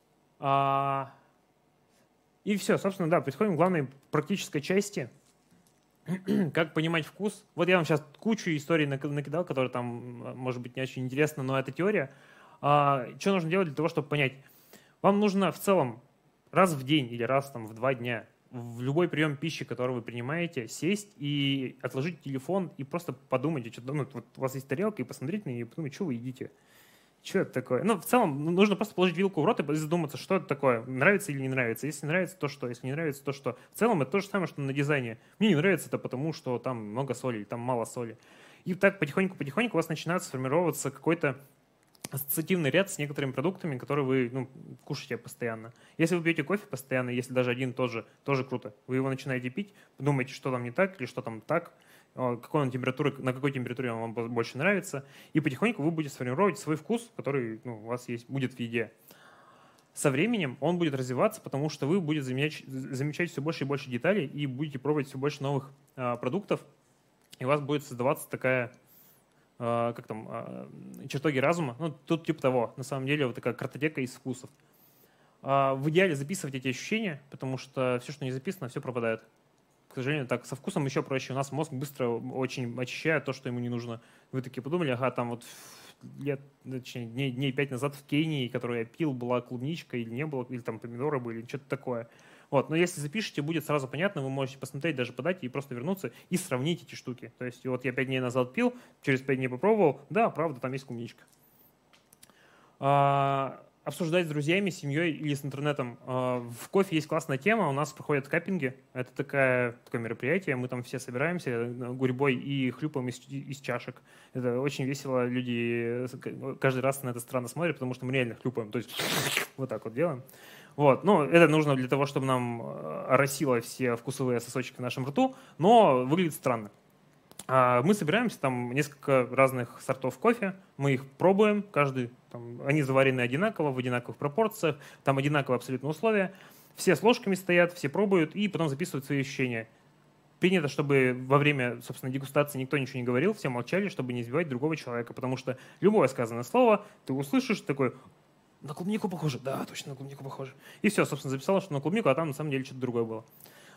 И все, собственно, да, переходим к главной практической части. Как понимать вкус. Вот я вам сейчас кучу историй накидал, которые там, может быть, не очень интересно, но это теория. Что нужно делать для того, чтобы понять? Вам нужно в целом раз в день или раз в 2 дня в любой прием пищи, который вы принимаете, сесть и отложить телефон и просто подумать, вот у вас есть тарелка, и посмотреть на нее, и подумать, что вы едите. Что это такое? Ну, в целом, нужно просто положить вилку в рот и задуматься, что это такое, нравится или не нравится. Если нравится, то что? Если не нравится, то что? В целом, это то же самое, что на дизайне. Мне не нравится это потому, что там много соли или там мало соли. И так потихоньку у вас начинает сформироваться какой-то ассоциативный ряд с некоторыми продуктами, которые вы кушаете постоянно. Если вы пьете кофе постоянно, если даже один тоже круто, вы его начинаете пить, думаете, что там не так или что там так, на какой температуре он вам больше нравится, и потихоньку вы будете сформировать свой вкус, который у вас будет в еде. Со временем он будет развиваться, потому что вы будете замечать все больше и больше деталей и будете пробовать все больше новых продуктов, и у вас будет создаваться такая чертоги разума. Ну, тут типа того. На самом деле вот такая картотека из вкусов. В идеале записывать эти ощущения, потому что все, что не записано, все пропадает. К сожалению, так со вкусом еще проще. У нас мозг быстро очень очищает то, что ему не нужно. Вы такие подумали, там вот дней 5 назад в Кении, которую я пил, была клубничка или не было, или там помидоры были, или что-то такое. Вот. Но если запишете, будет сразу понятно, вы можете посмотреть, даже подать и просто вернуться и сравнить эти штуки. То есть вот я 5 дней назад пил, через 5 дней попробовал, да, правда, там есть клубничка. Обсуждать с друзьями, с семьей или с интернетом. В кофе есть классная тема, у нас проходят каппинги. Это такое мероприятие, мы там все собираемся гурьбой и хлюпаем из чашек. Это очень весело, люди каждый раз на это странно смотрят, потому что мы реально хлюпаем, то есть вот так вот делаем. Вот. Ну, это нужно для того, чтобы нам оросило все вкусовые сосочки в нашем рту, но выглядит странно. Мы собираемся, там несколько разных сортов кофе, мы их пробуем, они заварены одинаково, в одинаковых пропорциях, там одинаковые абсолютно условия, все с ложками стоят, все пробуют и потом записывают свои ощущения. Принято, чтобы во время, собственно, дегустации никто ничего не говорил, все молчали, чтобы не избивать другого человека, потому что любое сказанное слово ты услышишь такой: на клубнику похоже. Да, точно на клубнику похоже. И все, собственно, записала, что на клубнику, а там на самом деле что-то другое было.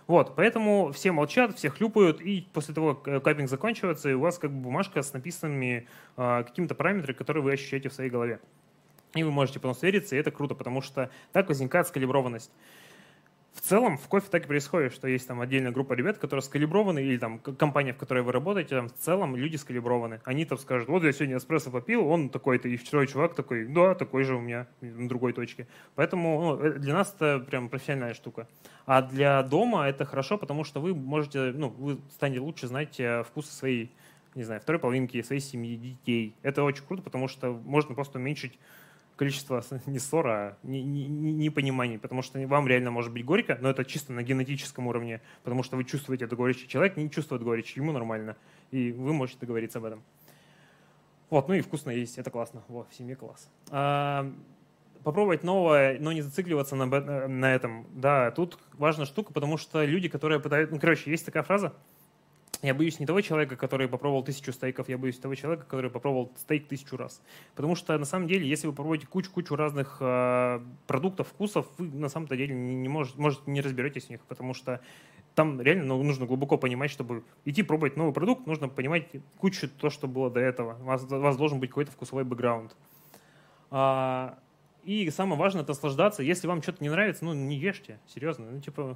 Вот, поэтому все молчат, все хлюпают, и после того, как капинг заканчивается, у вас как бы бумажка с написанными какими-то параметрами, которые вы ощущаете в своей голове. И вы можете потом свериться, и это круто, потому что так возникает скалиброванность. В целом в кофе так и происходит, что есть там отдельная группа ребят, которые скалиброваны, или там компания, в которой вы работаете, там в целом люди скалиброваны. Они там скажут, вот я сегодня эспрессо попил, он такой-то, и второй чувак такой, да, такой же у меня на другой точке. Поэтому для нас это прям профессиональная штука. А для дома это хорошо, потому что вы можете, вы станете лучше знать вкусы своей, не знаю, второй половинки, своей семьи, детей. Это очень круто, потому что можно просто уменьшить количество не ссор, а непониманий, потому что вам реально может быть горько, но это чисто на генетическом уровне, потому что вы чувствуете это горечь, человек не чувствует горечь, ему нормально, и вы можете договориться об этом. Вот, ну и вкусно есть, это классно, вот, в семье класс. Попробовать новое, но не зацикливаться на этом. Да, тут важная штука, потому что люди, которые пытаются... есть такая фраза, я боюсь не того человека, который попробовал 1000 стейков, я боюсь того человека, который попробовал стейк 1000 раз. Потому что на самом деле, если вы попробуете кучу разных продуктов, вкусов, вы на самом-то деле может, не разберетесь в них, потому что там реально нужно глубоко понимать, чтобы идти пробовать новый продукт, нужно понимать кучу то, что было до этого. У вас должен быть какой-то вкусовой бэкграунд. И самое важное — это наслаждаться. Если вам что-то не нравится, не езжте, серьезно.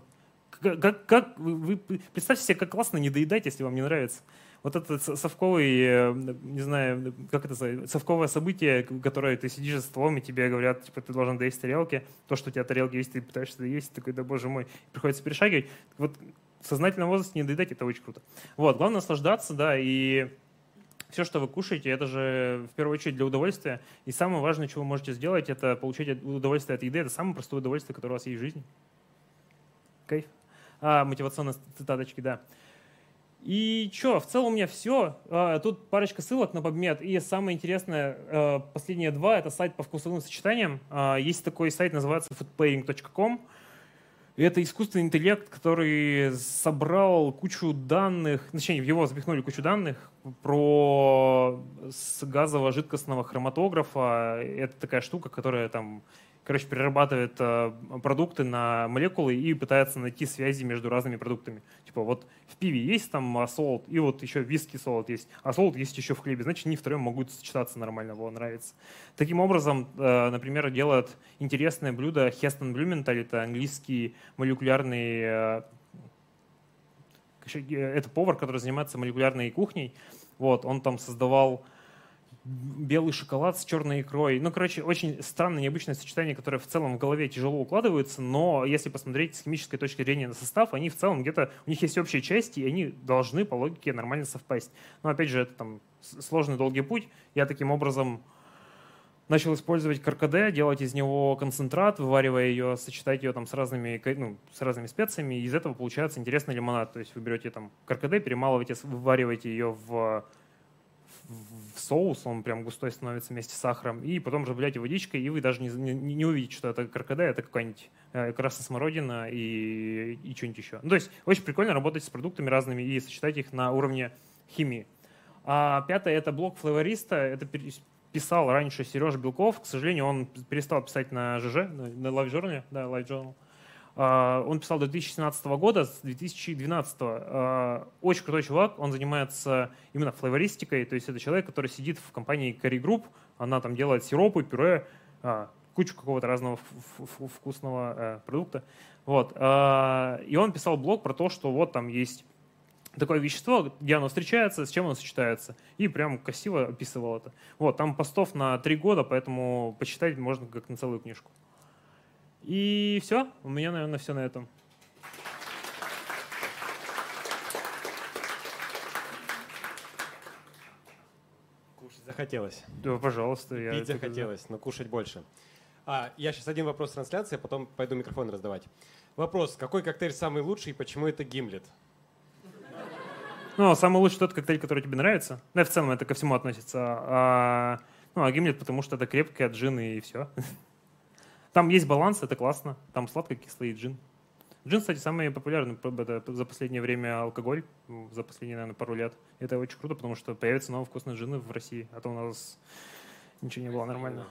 Вы представьте себе, как классно не доедать, если вам не нравится. Вот этот совковый, не знаю, как это называется, совковое событие, которое ты сидишь за столом, и тебе говорят, типа, ты должен доесть тарелки. То, что у тебя тарелки есть, ты пытаешься доесть, такой, да боже мой, приходится перешагивать. Вот в сознательном возрасте не доедать — это очень круто. Вот, главное наслаждаться, да, и все, что вы кушаете, это же в первую очередь для удовольствия. И самое важное, что вы можете сделать, это получать удовольствие от еды. Это самое простое удовольствие, которое у вас есть в жизни. Кайф. Мотивационные цитаточки, да. И что, в целом у меня все. Тут парочка ссылок на PubMed. И самое интересное, последние два — это сайт по вкусовым сочетаниям. Есть такой сайт, называется foodpairing.com. И это искусственный интеллект, который собрал кучу данных, точнее, в его запихнули кучу данных про газово-жидкостного хроматографа. Это такая штука, которая там, перерабатывает продукты на молекулы и пытается найти связи между разными продуктами. Типа вот в пиве есть там солод, и вот еще виски солод есть, а солод есть еще в хлебе. Значит, они втроем могут сочетаться нормально, вам нравится. Таким образом, например, делают интересное блюдо Heston Blumenthal, это английский молекулярный... Это повар, который занимается молекулярной кухней. Вот, он там создавал белый шоколад с черной икрой. Очень странное, необычное сочетание, которое в целом в голове тяжело укладывается, но если посмотреть с химической точки зрения на состав, они в целом где-то, у них есть общие части, и они должны по логике нормально совпасть. Но опять же, это там сложный долгий путь. Я таким образом начал использовать каркаде, делать из него концентрат, вываривая ее, сочетать ее там с разными специями, и из этого получается интересный лимонад. То есть вы берете там каркаде, перемалываете, вывариваете ее в соус, он прям густой становится вместе с сахаром, и потом разбавляете водичкой, и вы даже не увидите, что это каркаде, это какая-нибудь красная смородина и что-нибудь еще. То есть очень прикольно работать с продуктами разными и сочетать их на уровне химии. А пятое — это блог флэвориста. Это писал раньше Сережа Белков. К сожалению, он перестал писать на ЖЖ, на LiveJournal. Да, LiveJournal. Он писал до 2017 года, с 2012. Очень крутой чувак, он занимается именно флэвористикой, то есть это человек, который сидит в компании Curry Group, она там делает сиропы, пюре, кучу какого-то разного вкусного продукта. Вот. И он писал блог про то, что вот там есть такое вещество, где оно встречается, с чем оно сочетается. И прям красиво описывал это. Вот, там постов на 3 года, поэтому почитать можно как на целую книжку. И все, у меня, наверное, все на этом. Кушать захотелось. Да, пожалуйста. Пить захотелось, но кушать больше. Я сейчас один вопрос трансляции, а потом пойду микрофон раздавать. Вопрос. Какой коктейль самый лучший и почему это Гимлет? Самый лучший тот коктейль, который тебе нравится. В целом это ко всему относится. А Гимлет, потому что это крепкий джин и все. Там есть баланс, это классно. Там сладко-кислый джин. Джин, кстати, самый популярный за последнее время алкоголь, за последние, наверное, пару лет. Это очень круто, потому что появятся новые вкусные джины в России, а то у нас ничего не было нормально.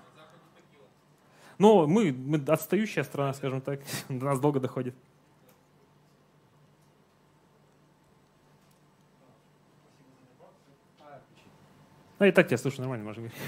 Мы отстающая страна, скажем так, до нас долго доходит. Ну и так тебя слушаю нормально, можно говорить.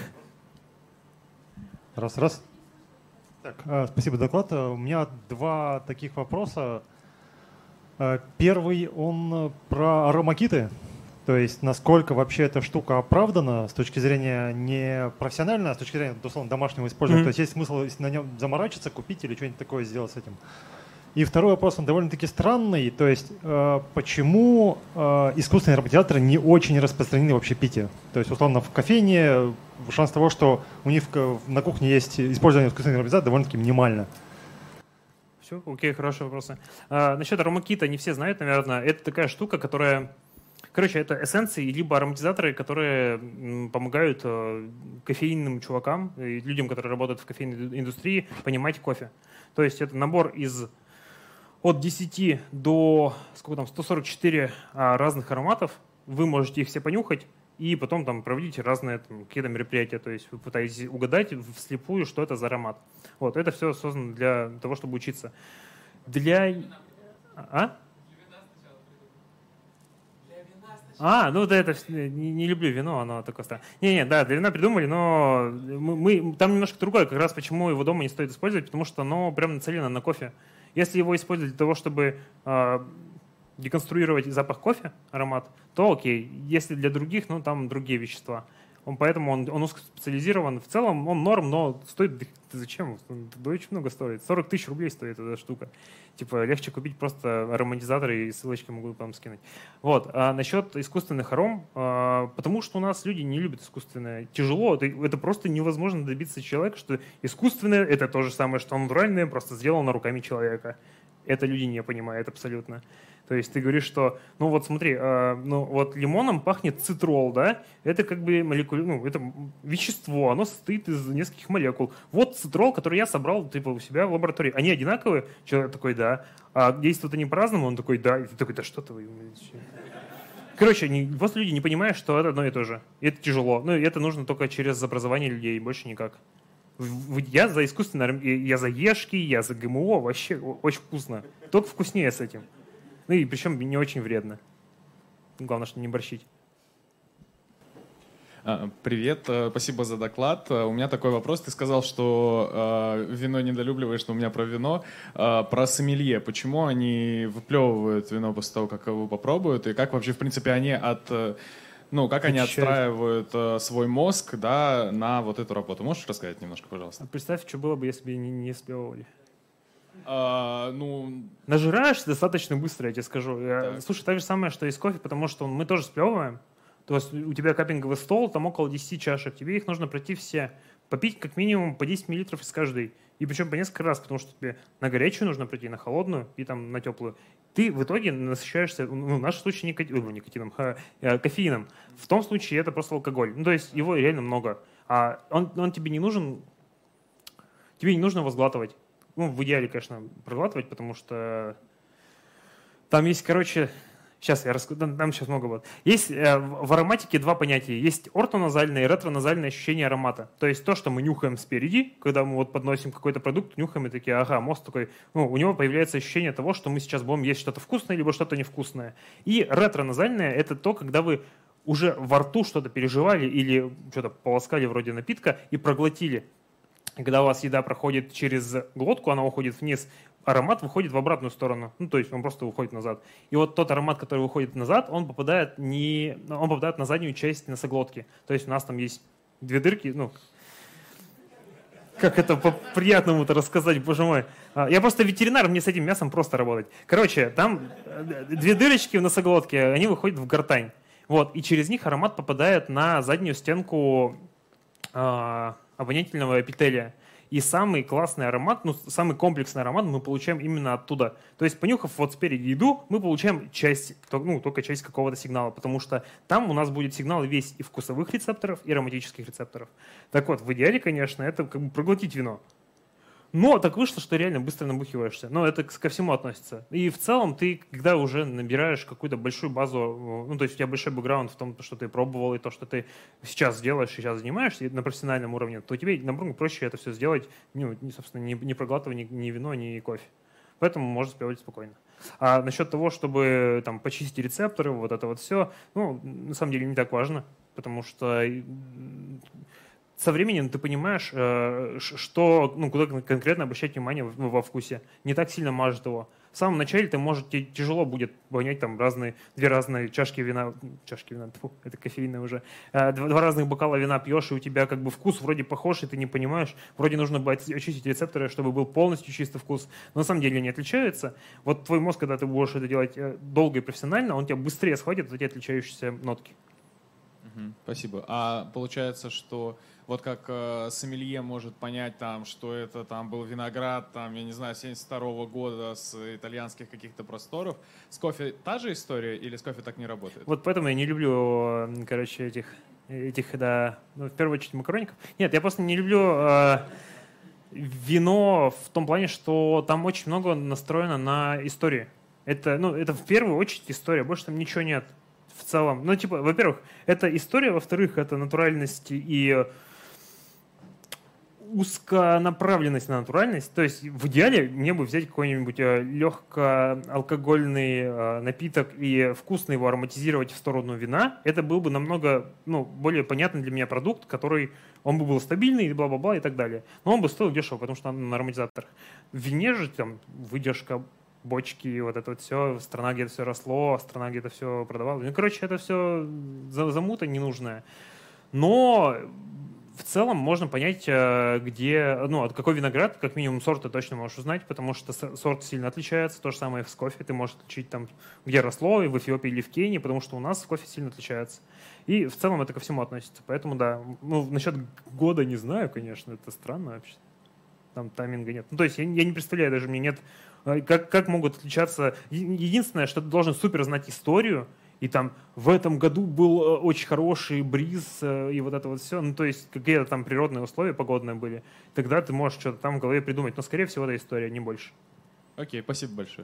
Раз. Так, спасибо за доклад. У меня два таких вопроса. Первый, он про аромакиты. То есть насколько вообще эта штука оправдана с точки зрения не профессиональной, а с точки зрения, условно, домашнего использования. То есть есть смысл на нем заморачиваться, купить или что-нибудь такое сделать с этим. И второй вопрос, он довольно-таки странный. То есть почему искусственные ароматизаторы не очень распространены вообще в Питере? То есть, условно, в кофейне шанс того, что у них на кухне есть использование искусственных ароматизаторов, довольно-таки минимально. Все, окей, хорошие вопросы. Насчет аромакита не все знают, наверное. Это такая штука, которая... Короче, это эссенции либо ароматизаторы, которые помогают кофейным чувакам и людям, которые работают в кофейной индустрии, понимать кофе. То есть это набор от 10 до 144 разных ароматов. Вы можете их все понюхать и потом там проводить разные какие-то мероприятия. То есть вы пытаетесь угадать вслепую, что это за аромат. Вот, это все создано для того, чтобы учиться. Ну да, это не люблю вино, оно такое странное. Да, для вина придумали, но там немножко другое. Как раз почему его дома не стоит использовать, потому что оно прям нацелено на кофе. Если его использовать для того, чтобы деконструировать запах кофе, аромат, то окей. Если для других, там другие вещества. Поэтому он узкоспециализирован. В целом он норм, но стоит... Зачем? Да очень много стоит. 40 тысяч рублей стоит эта штука. Типа легче купить просто ароматизаторы, и ссылочки могу вам скинуть. Вот. А насчет искусственных аром, потому что у нас люди не любят искусственное. Тяжело. Это просто невозможно добиться человека, что искусственное — это то же самое, что натуральное, просто сделано руками человека. Это люди не понимают абсолютно. То есть ты говоришь, что, смотри, лимоном пахнет цитрол, да? Это как бы это вещество, оно состоит из нескольких молекул. Вот цитрол, который я собрал у себя в лаборатории. Они одинаковые? Человек такой, да. А действуют они по-разному? Он такой, да. И ты такой, да что-то вы... Короче, просто люди не понимают, что это одно и то же. И это тяжело. И это нужно только через образование людей, больше никак. Я за искусственное, я за ешки, я за ГМО, вообще очень вкусно. Только вкуснее с этим. И причем не очень вредно. Главное, что не борщить. Привет, спасибо за доклад. У меня такой вопрос. Ты сказал, что вино недолюбливаешь, но у меня про вино. Про сомелье. Почему они выплевывают вино после того, как его попробуют? И как вообще, в принципе, они они отстраивают свой мозг, да, на вот эту работу? Можешь рассказать немножко, пожалуйста? Представь, что было бы, если бы не сплевывали. Нажираешься достаточно быстро, я тебе скажу. Слушай, так же самое, что и с кофе, потому что мы тоже сплевываем. То есть у тебя каппинговый стол, там около 10 чашек. Тебе их нужно пройти все. Попить как минимум по 10 мл из каждой. И причем по несколько раз, потому что тебе на горячую нужно пройти, на холодную и там на теплую. Ты в итоге насыщаешься, в нашем случае никотином, кофеином. В том случае это просто алкоголь. То есть его реально много. А он тебе не нужен, тебе не нужно его сглатывать. В идеале, конечно, проглатывать, потому что там есть, сейчас я расскажу, там сейчас много будет. Есть в ароматике два понятия. Есть ортоназальное и ретроназальное ощущение аромата. То есть то, что мы нюхаем спереди, когда мы подносим какой-то продукт, нюхаем и такие, мозг такой, у него появляется ощущение того, что мы сейчас будем есть что-то вкусное, либо что-то невкусное. И ретроназальное — это то, когда вы уже во рту что-то переживали или что-то полоскали вроде напитка и проглотили. И когда у вас еда проходит через глотку, она уходит вниз, аромат выходит в обратную сторону. То есть он просто уходит назад. И вот тот аромат, который выходит назад, он попадает на заднюю часть носоглотки. То есть у нас там есть две дырки. Как это по-приятному-то рассказать, боже мой. Я просто ветеринар, мне с этим мясом просто работать. Там две дырочки в носоглотке, они выходят в гортань. И через них аромат попадает на заднюю стенку обонятельного эпителия. И самый классный аромат, самый комплексный аромат мы получаем именно оттуда. То есть, понюхав спереди еду, мы получаем только часть какого-то сигнала, потому что там у нас будет сигнал весь и вкусовых рецепторов, и ароматических рецепторов. Так вот, в идеале, конечно, это проглотить вино. Но так вышло, что реально быстро набухиваешься. Но это ко всему относится. И в целом ты, когда уже набираешь какую-то большую базу, то есть у тебя большой бэкграунд в том, что ты пробовал, и то, что ты сейчас делаешь, сейчас занимаешься на профессиональном уровне, то тебе намного проще это все сделать, собственно, не проглатывая ни вино, ни кофе. Поэтому можно сплевывать спокойно. А насчет того, чтобы почистить рецепторы, это все, на самом деле не так важно. потому что со временем ты понимаешь, что, ну, куда конкретно обращать внимание во вкусе. Не так сильно мажет его. В самом начале тебе тяжело будет понять там две разные чашки вина, тьфу, это кофейное уже, два разных бокала вина пьешь, и у тебя как бы вкус вроде похож, и ты не понимаешь, вроде нужно бы очистить рецепторы, чтобы был полностью чистый вкус, но на самом деле они отличаются. Вот твой мозг, когда ты будешь это делать долго и профессионально, он тебя быстрее схватит вот эти отличающиеся нотки. Спасибо. А получается, что вот как сомелье может понять, там, что это там был виноград, там, я не знаю, 72-го года с итальянских каких-то просторов. С кофе та же история или с кофе так не работает? Вот поэтому я не люблю, короче, этих, да, ну, в первую очередь макароников. Нет, я просто не люблю вино в том плане, что там очень много настроено на истории. Это в первую очередь история, больше там ничего нет в целом. Ну, типа, во-первых, это история, во-вторых, это натуральность и узконаправленность на натуральность. То есть в идеале мне бы взять какой-нибудь легкоалкогольный напиток и вкусно его ароматизировать в сторону вина. Это был бы намного более понятный для меня продукт, который он бы был стабильный, бла-бла-бла и так далее. Но он бы стоил дешево, потому что он на ароматизаторах. В вине же там выдержка, бочки, вот это вот все, страна, где это все росло, страна, где это все продавалось. Ну, короче, это все замута ненужная. Но в целом можно понять, где, какой виноград, как минимум сорт ты точно можешь узнать, потому что сорт сильно отличается. То же самое с кофе. Ты можешь отличить там, где росло, и в Эфиопии или в Кении, потому что у нас кофе сильно отличается. И в целом это ко всему относится. Поэтому, да, насчет года не знаю, конечно, это странно вообще. Там тайминга нет. Ну, то есть я не представляю, даже мне нет, как могут отличаться. Единственное, что ты должен супер знать историю, и там в этом году был очень хороший бриз, и вот это вот все. Ну, то есть какие-то там природные условия погодные были. Тогда ты можешь что-то там в голове придумать. Но, скорее всего, это история, не больше. Окей, спасибо большое.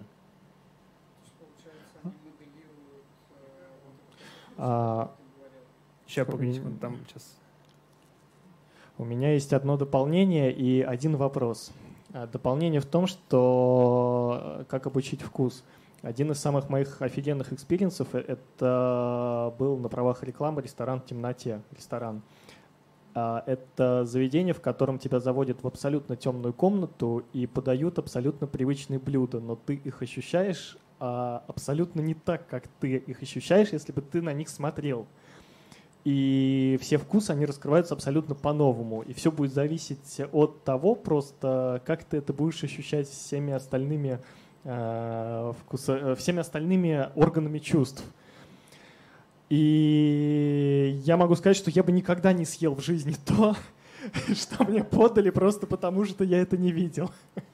Сейчас, погодите, там сейчас. У меня есть одно дополнение и один вопрос. Дополнение в том, что как обучить вкус. Один из самых моих офигенных экспириенсов это был на правах рекламы ресторан в темноте. Ресторан. Это заведение, в котором тебя заводят в абсолютно темную комнату и подают абсолютно привычные блюда, но ты их ощущаешь абсолютно не так, как ты их ощущаешь, если бы ты на них смотрел. И все вкусы, они раскрываются абсолютно по-новому. И все будет зависеть от того, просто как ты это будешь ощущать всеми остальными всеми остальными органами чувств. И я могу сказать, что я бы никогда не съел в жизни то, что мне подали, просто потому что я это не видел.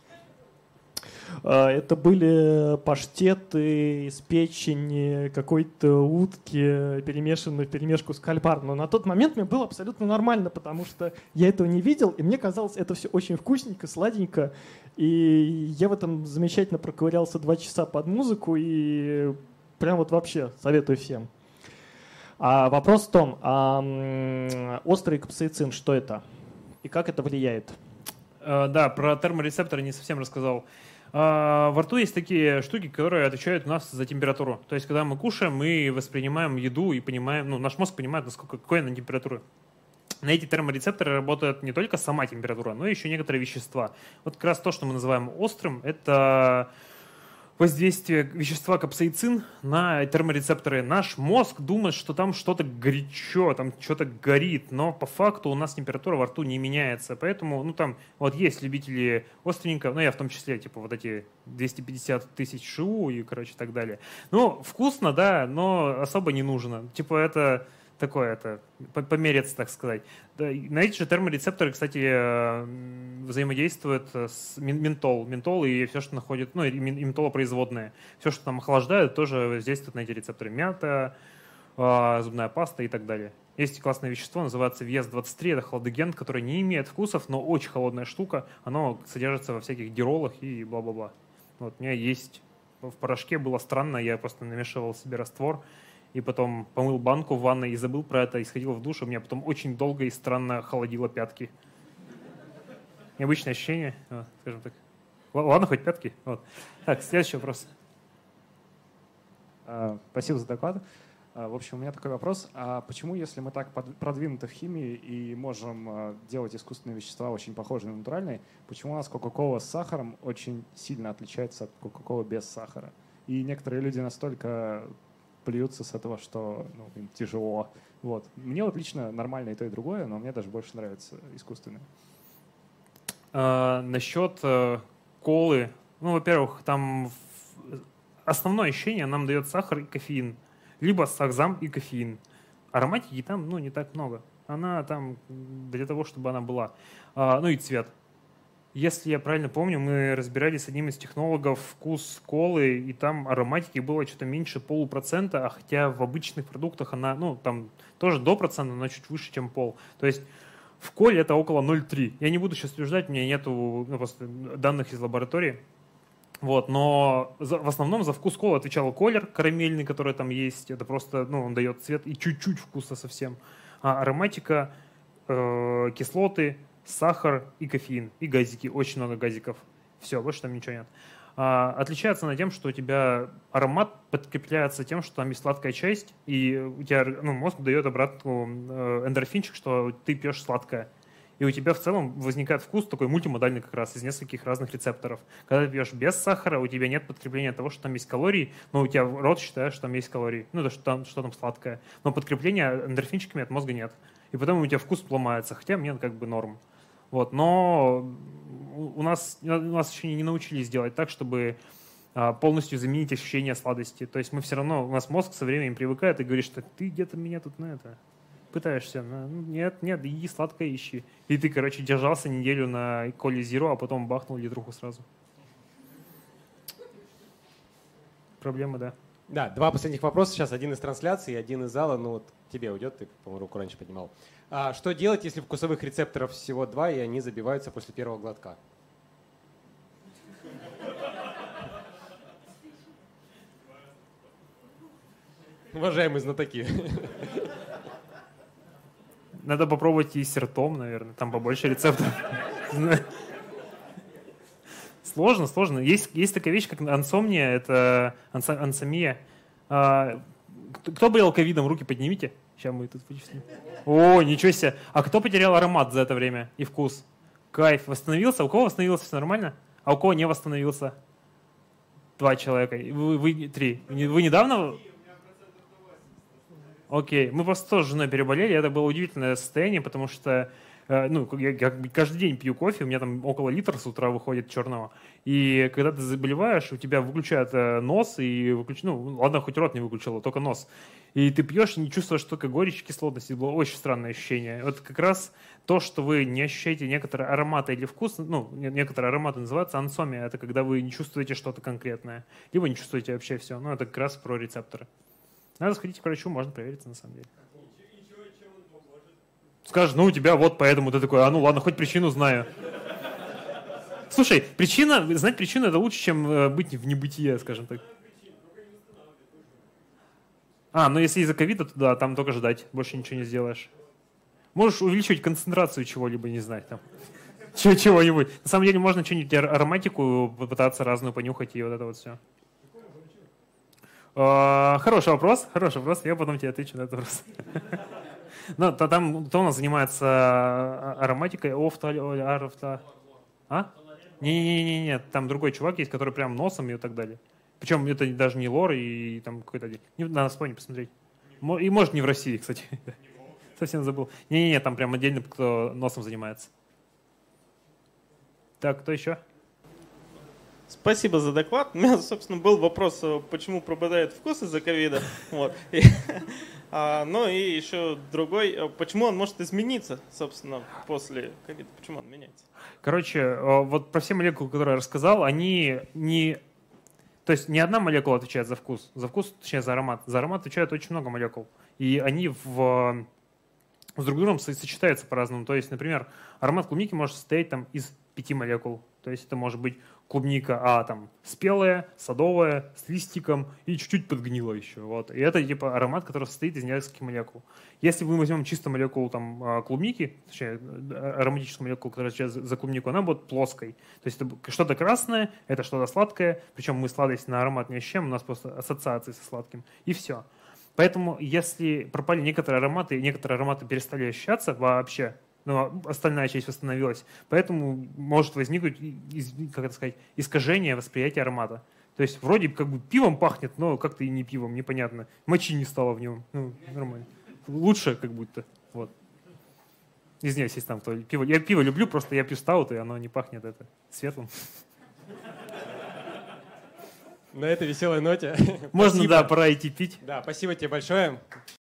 Это были паштеты из печени, какой-то утки, перемешанные в перемешку с кальмаром. Но на тот момент мне было абсолютно нормально, потому что я этого не видел, и мне казалось, это все очень вкусненько, сладенько. И я в этом замечательно проковырялся 2 часа под музыку, и прям вот вообще советую всем. Вопрос в том, острый капсаицин, что это? И как это влияет? Да, про терморецепторы не совсем рассказал. Во рту есть такие штуки, которые отвечают у нас за температуру. То есть, когда мы кушаем, мы воспринимаем еду и понимаем, наш мозг понимает, какой она температура. На эти терморецепторы работает не только сама температура, но и еще некоторые вещества. Вот как раз то, что мы называем острым, это воздействие вещества капсаицин на терморецепторы. Наш мозг думает, что там что-то горячо, там что-то горит, но по факту у нас температура во рту не меняется. Поэтому, там вот есть любители остренького, я в том числе, типа вот эти 250 тысяч ШУ и, так далее. Вкусно, да, но особо не нужно. Типа это такое, помериться, так сказать. Да, на эти же терморецепторы, кстати, взаимодействуют с ментол. Ментол и все, что находит, и ментолопроизводные. Все, что там охлаждает, тоже воздействует на эти рецепторы. Мята, зубная паста и так далее. Есть классное вещество, называется VS23, это хладоген, который не имеет вкусов, но очень холодная штука. Оно содержится во всяких диролах и бла-бла-бла. Вот, у меня есть в порошке, было странно, я просто намешивал себе раствор, и потом помыл банку в ванной и забыл про это, и сходил в душ, у меня потом очень долго и странно холодило пятки. Необычное ощущение, скажем так. Ладно, хоть пятки. Вот. Так, следующий вопрос. Спасибо за доклад. В общем, у меня такой вопрос. А почему, если мы так продвинуты в химии и можем делать искусственные вещества очень похожие на натуральные, почему у нас Кока-Кола с сахаром очень сильно отличается от Кока-Колы без сахара? И некоторые люди настолько плюются с этого, что им тяжело. Вот. Мне вот лично нормально и то, и другое, но мне даже больше нравится искусственное. Насчет колы. Ну, во-первых, там основное ощущение нам дает сахар и кофеин. Либо сахзам и кофеин. Ароматики там, не так много. Она там для того, чтобы она была. Ну и цвет. Если я правильно помню, мы разбирались с одним из технологов вкус колы, и там ароматики было что-то меньше 0,5%, а хотя в обычных продуктах она, там тоже до процента, но чуть выше, чем пол. То есть в коле это около 0,3. Я не буду сейчас утверждать, у меня нету просто данных из лаборатории. Вот, но в основном за вкус колы отвечал колер карамельный, который там есть. Это просто, он дает цвет и чуть-чуть вкуса совсем. А ароматика, кислоты, сахар и кофеин, и газики. Очень много газиков. Все, больше там ничего нет. Отличается она тем, что у тебя аромат подкрепляется тем, что там есть сладкая часть, и у тебя мозг дает обратно эндорфинчик, что ты пьешь сладкое. И у тебя в целом возникает вкус такой мультимодальный как раз из нескольких разных рецепторов. Когда ты пьешь без сахара, у тебя нет подкрепления того, что там есть калории, но у тебя рот считает, что там есть калории. Что там сладкое. Но подкрепления эндорфинчиками от мозга нет. И потом у тебя вкус ломается, хотя мне как бы норм. Вот, но у нас еще не научились делать так, чтобы полностью заменить ощущение сладости. То есть мы все равно, у нас мозг со временем привыкает и говорит, что ты где-то меня тут пытаешься. Нет, иди сладкое ищи. И ты, держался неделю на коле зеро, а потом бахнул литруху сразу. Проблема, да. Да, два последних вопроса. Сейчас один из трансляции, один из зала. Тебе уйдет, ты, по-моему, руку раньше поднимал. Что делать, если вкусовых рецепторов всего 2, и они забиваются после первого глотка? Уважаемые знатоки. Надо попробовать и с ртом, наверное. Там побольше рецептов. Сложно. Есть такая вещь, как ансомния, это ансомия. Кто болел ковидом, руки поднимите. Сейчас мы тут вычислим. О, ничего себе. А кто потерял аромат за это время и вкус? Кайф. Восстановился? У кого восстановился, все нормально? А у кого не восстановился? 2 человека. Вы 3. Вы недавно... Окей. Мы просто тоже с женой переболели. Это было удивительное состояние, потому что я каждый день пью кофе, у меня там около литра с утра выходит черного. И когда ты заболеваешь, у тебя выключают нос, и ладно, хоть рот не выключил, а только нос. И ты пьешь и не чувствуешь только горечь, кислотность. Это было очень странное ощущение. Вот как раз то, что вы не ощущаете некоторые ароматы или вкус, некоторые ароматы называются ансомия. Это когда вы не чувствуете что-то конкретное, либо не чувствуете вообще все. Это как раз про рецепторы. Надо сходить к врачу, можно провериться на самом деле. Скажешь, у тебя вот поэтому ты такой, ладно, хоть причину знаю. Слушай, знать причину это лучше, чем быть в небытие, скажем так. Но если из-за ковида, то да, там только ждать, больше ничего не сделаешь. Можешь увеличивать концентрацию чего-либо, не знать там. Чего-нибудь. На самом деле можно что-нибудь ароматику попытаться разную понюхать и вот это вот все. Хороший вопрос, я потом тебе отвечу на этот вопрос. Кто у нас занимается ароматикой? Не, там другой чувак есть, который прям носом и так далее. Причем это даже не лор и там какой-то... Надо вспомнить, посмотреть. И может не в России, кстати. Совсем забыл. Не, там прям отдельно кто носом занимается. Так, кто еще? Спасибо за доклад. У меня, собственно, был вопрос, почему пропадает вкус из-за ковида. Вот. Ну и еще другой, почему он может измениться, собственно, после ковида? Почему он меняется? Короче, вот про все молекулы, которые я рассказал, они не... То есть не одна молекула отвечает за вкус, точнее за аромат. За аромат отвечает очень много молекул. И они с друг другом сочетаются по-разному. То есть, например, аромат клубники может состоять из 5 молекул. То есть это может быть клубника спелая, садовая, с листиком и чуть-чуть подгнила еще. Вот. И это типа аромат, который состоит из нескольких молекул. Если мы возьмем чисто молекулу клубники, точнее ароматическую молекулу, которая отвечает за клубнику, она будет плоской. То есть это что-то красное, это что-то сладкое, причем мы сладость на аромат не ощущаем, у нас просто ассоциации со сладким. И все. Поэтому, если пропали некоторые ароматы перестали ощущаться вообще, но остальная часть восстановилась, поэтому может возникнуть, как это сказать, искажение восприятия аромата. То есть вроде как бы пивом пахнет, но как-то и не пивом, непонятно. Мочи не стало в нем. Ну, нормально. Лучше как будто. Вот. Извиняюсь, если там кто пиво. Я пиво люблю, просто я пью стаут, и оно не пахнет светлым. На этой веселой ноте. Можно, Спасибо. да, пора идти пить. Да, спасибо тебе большое.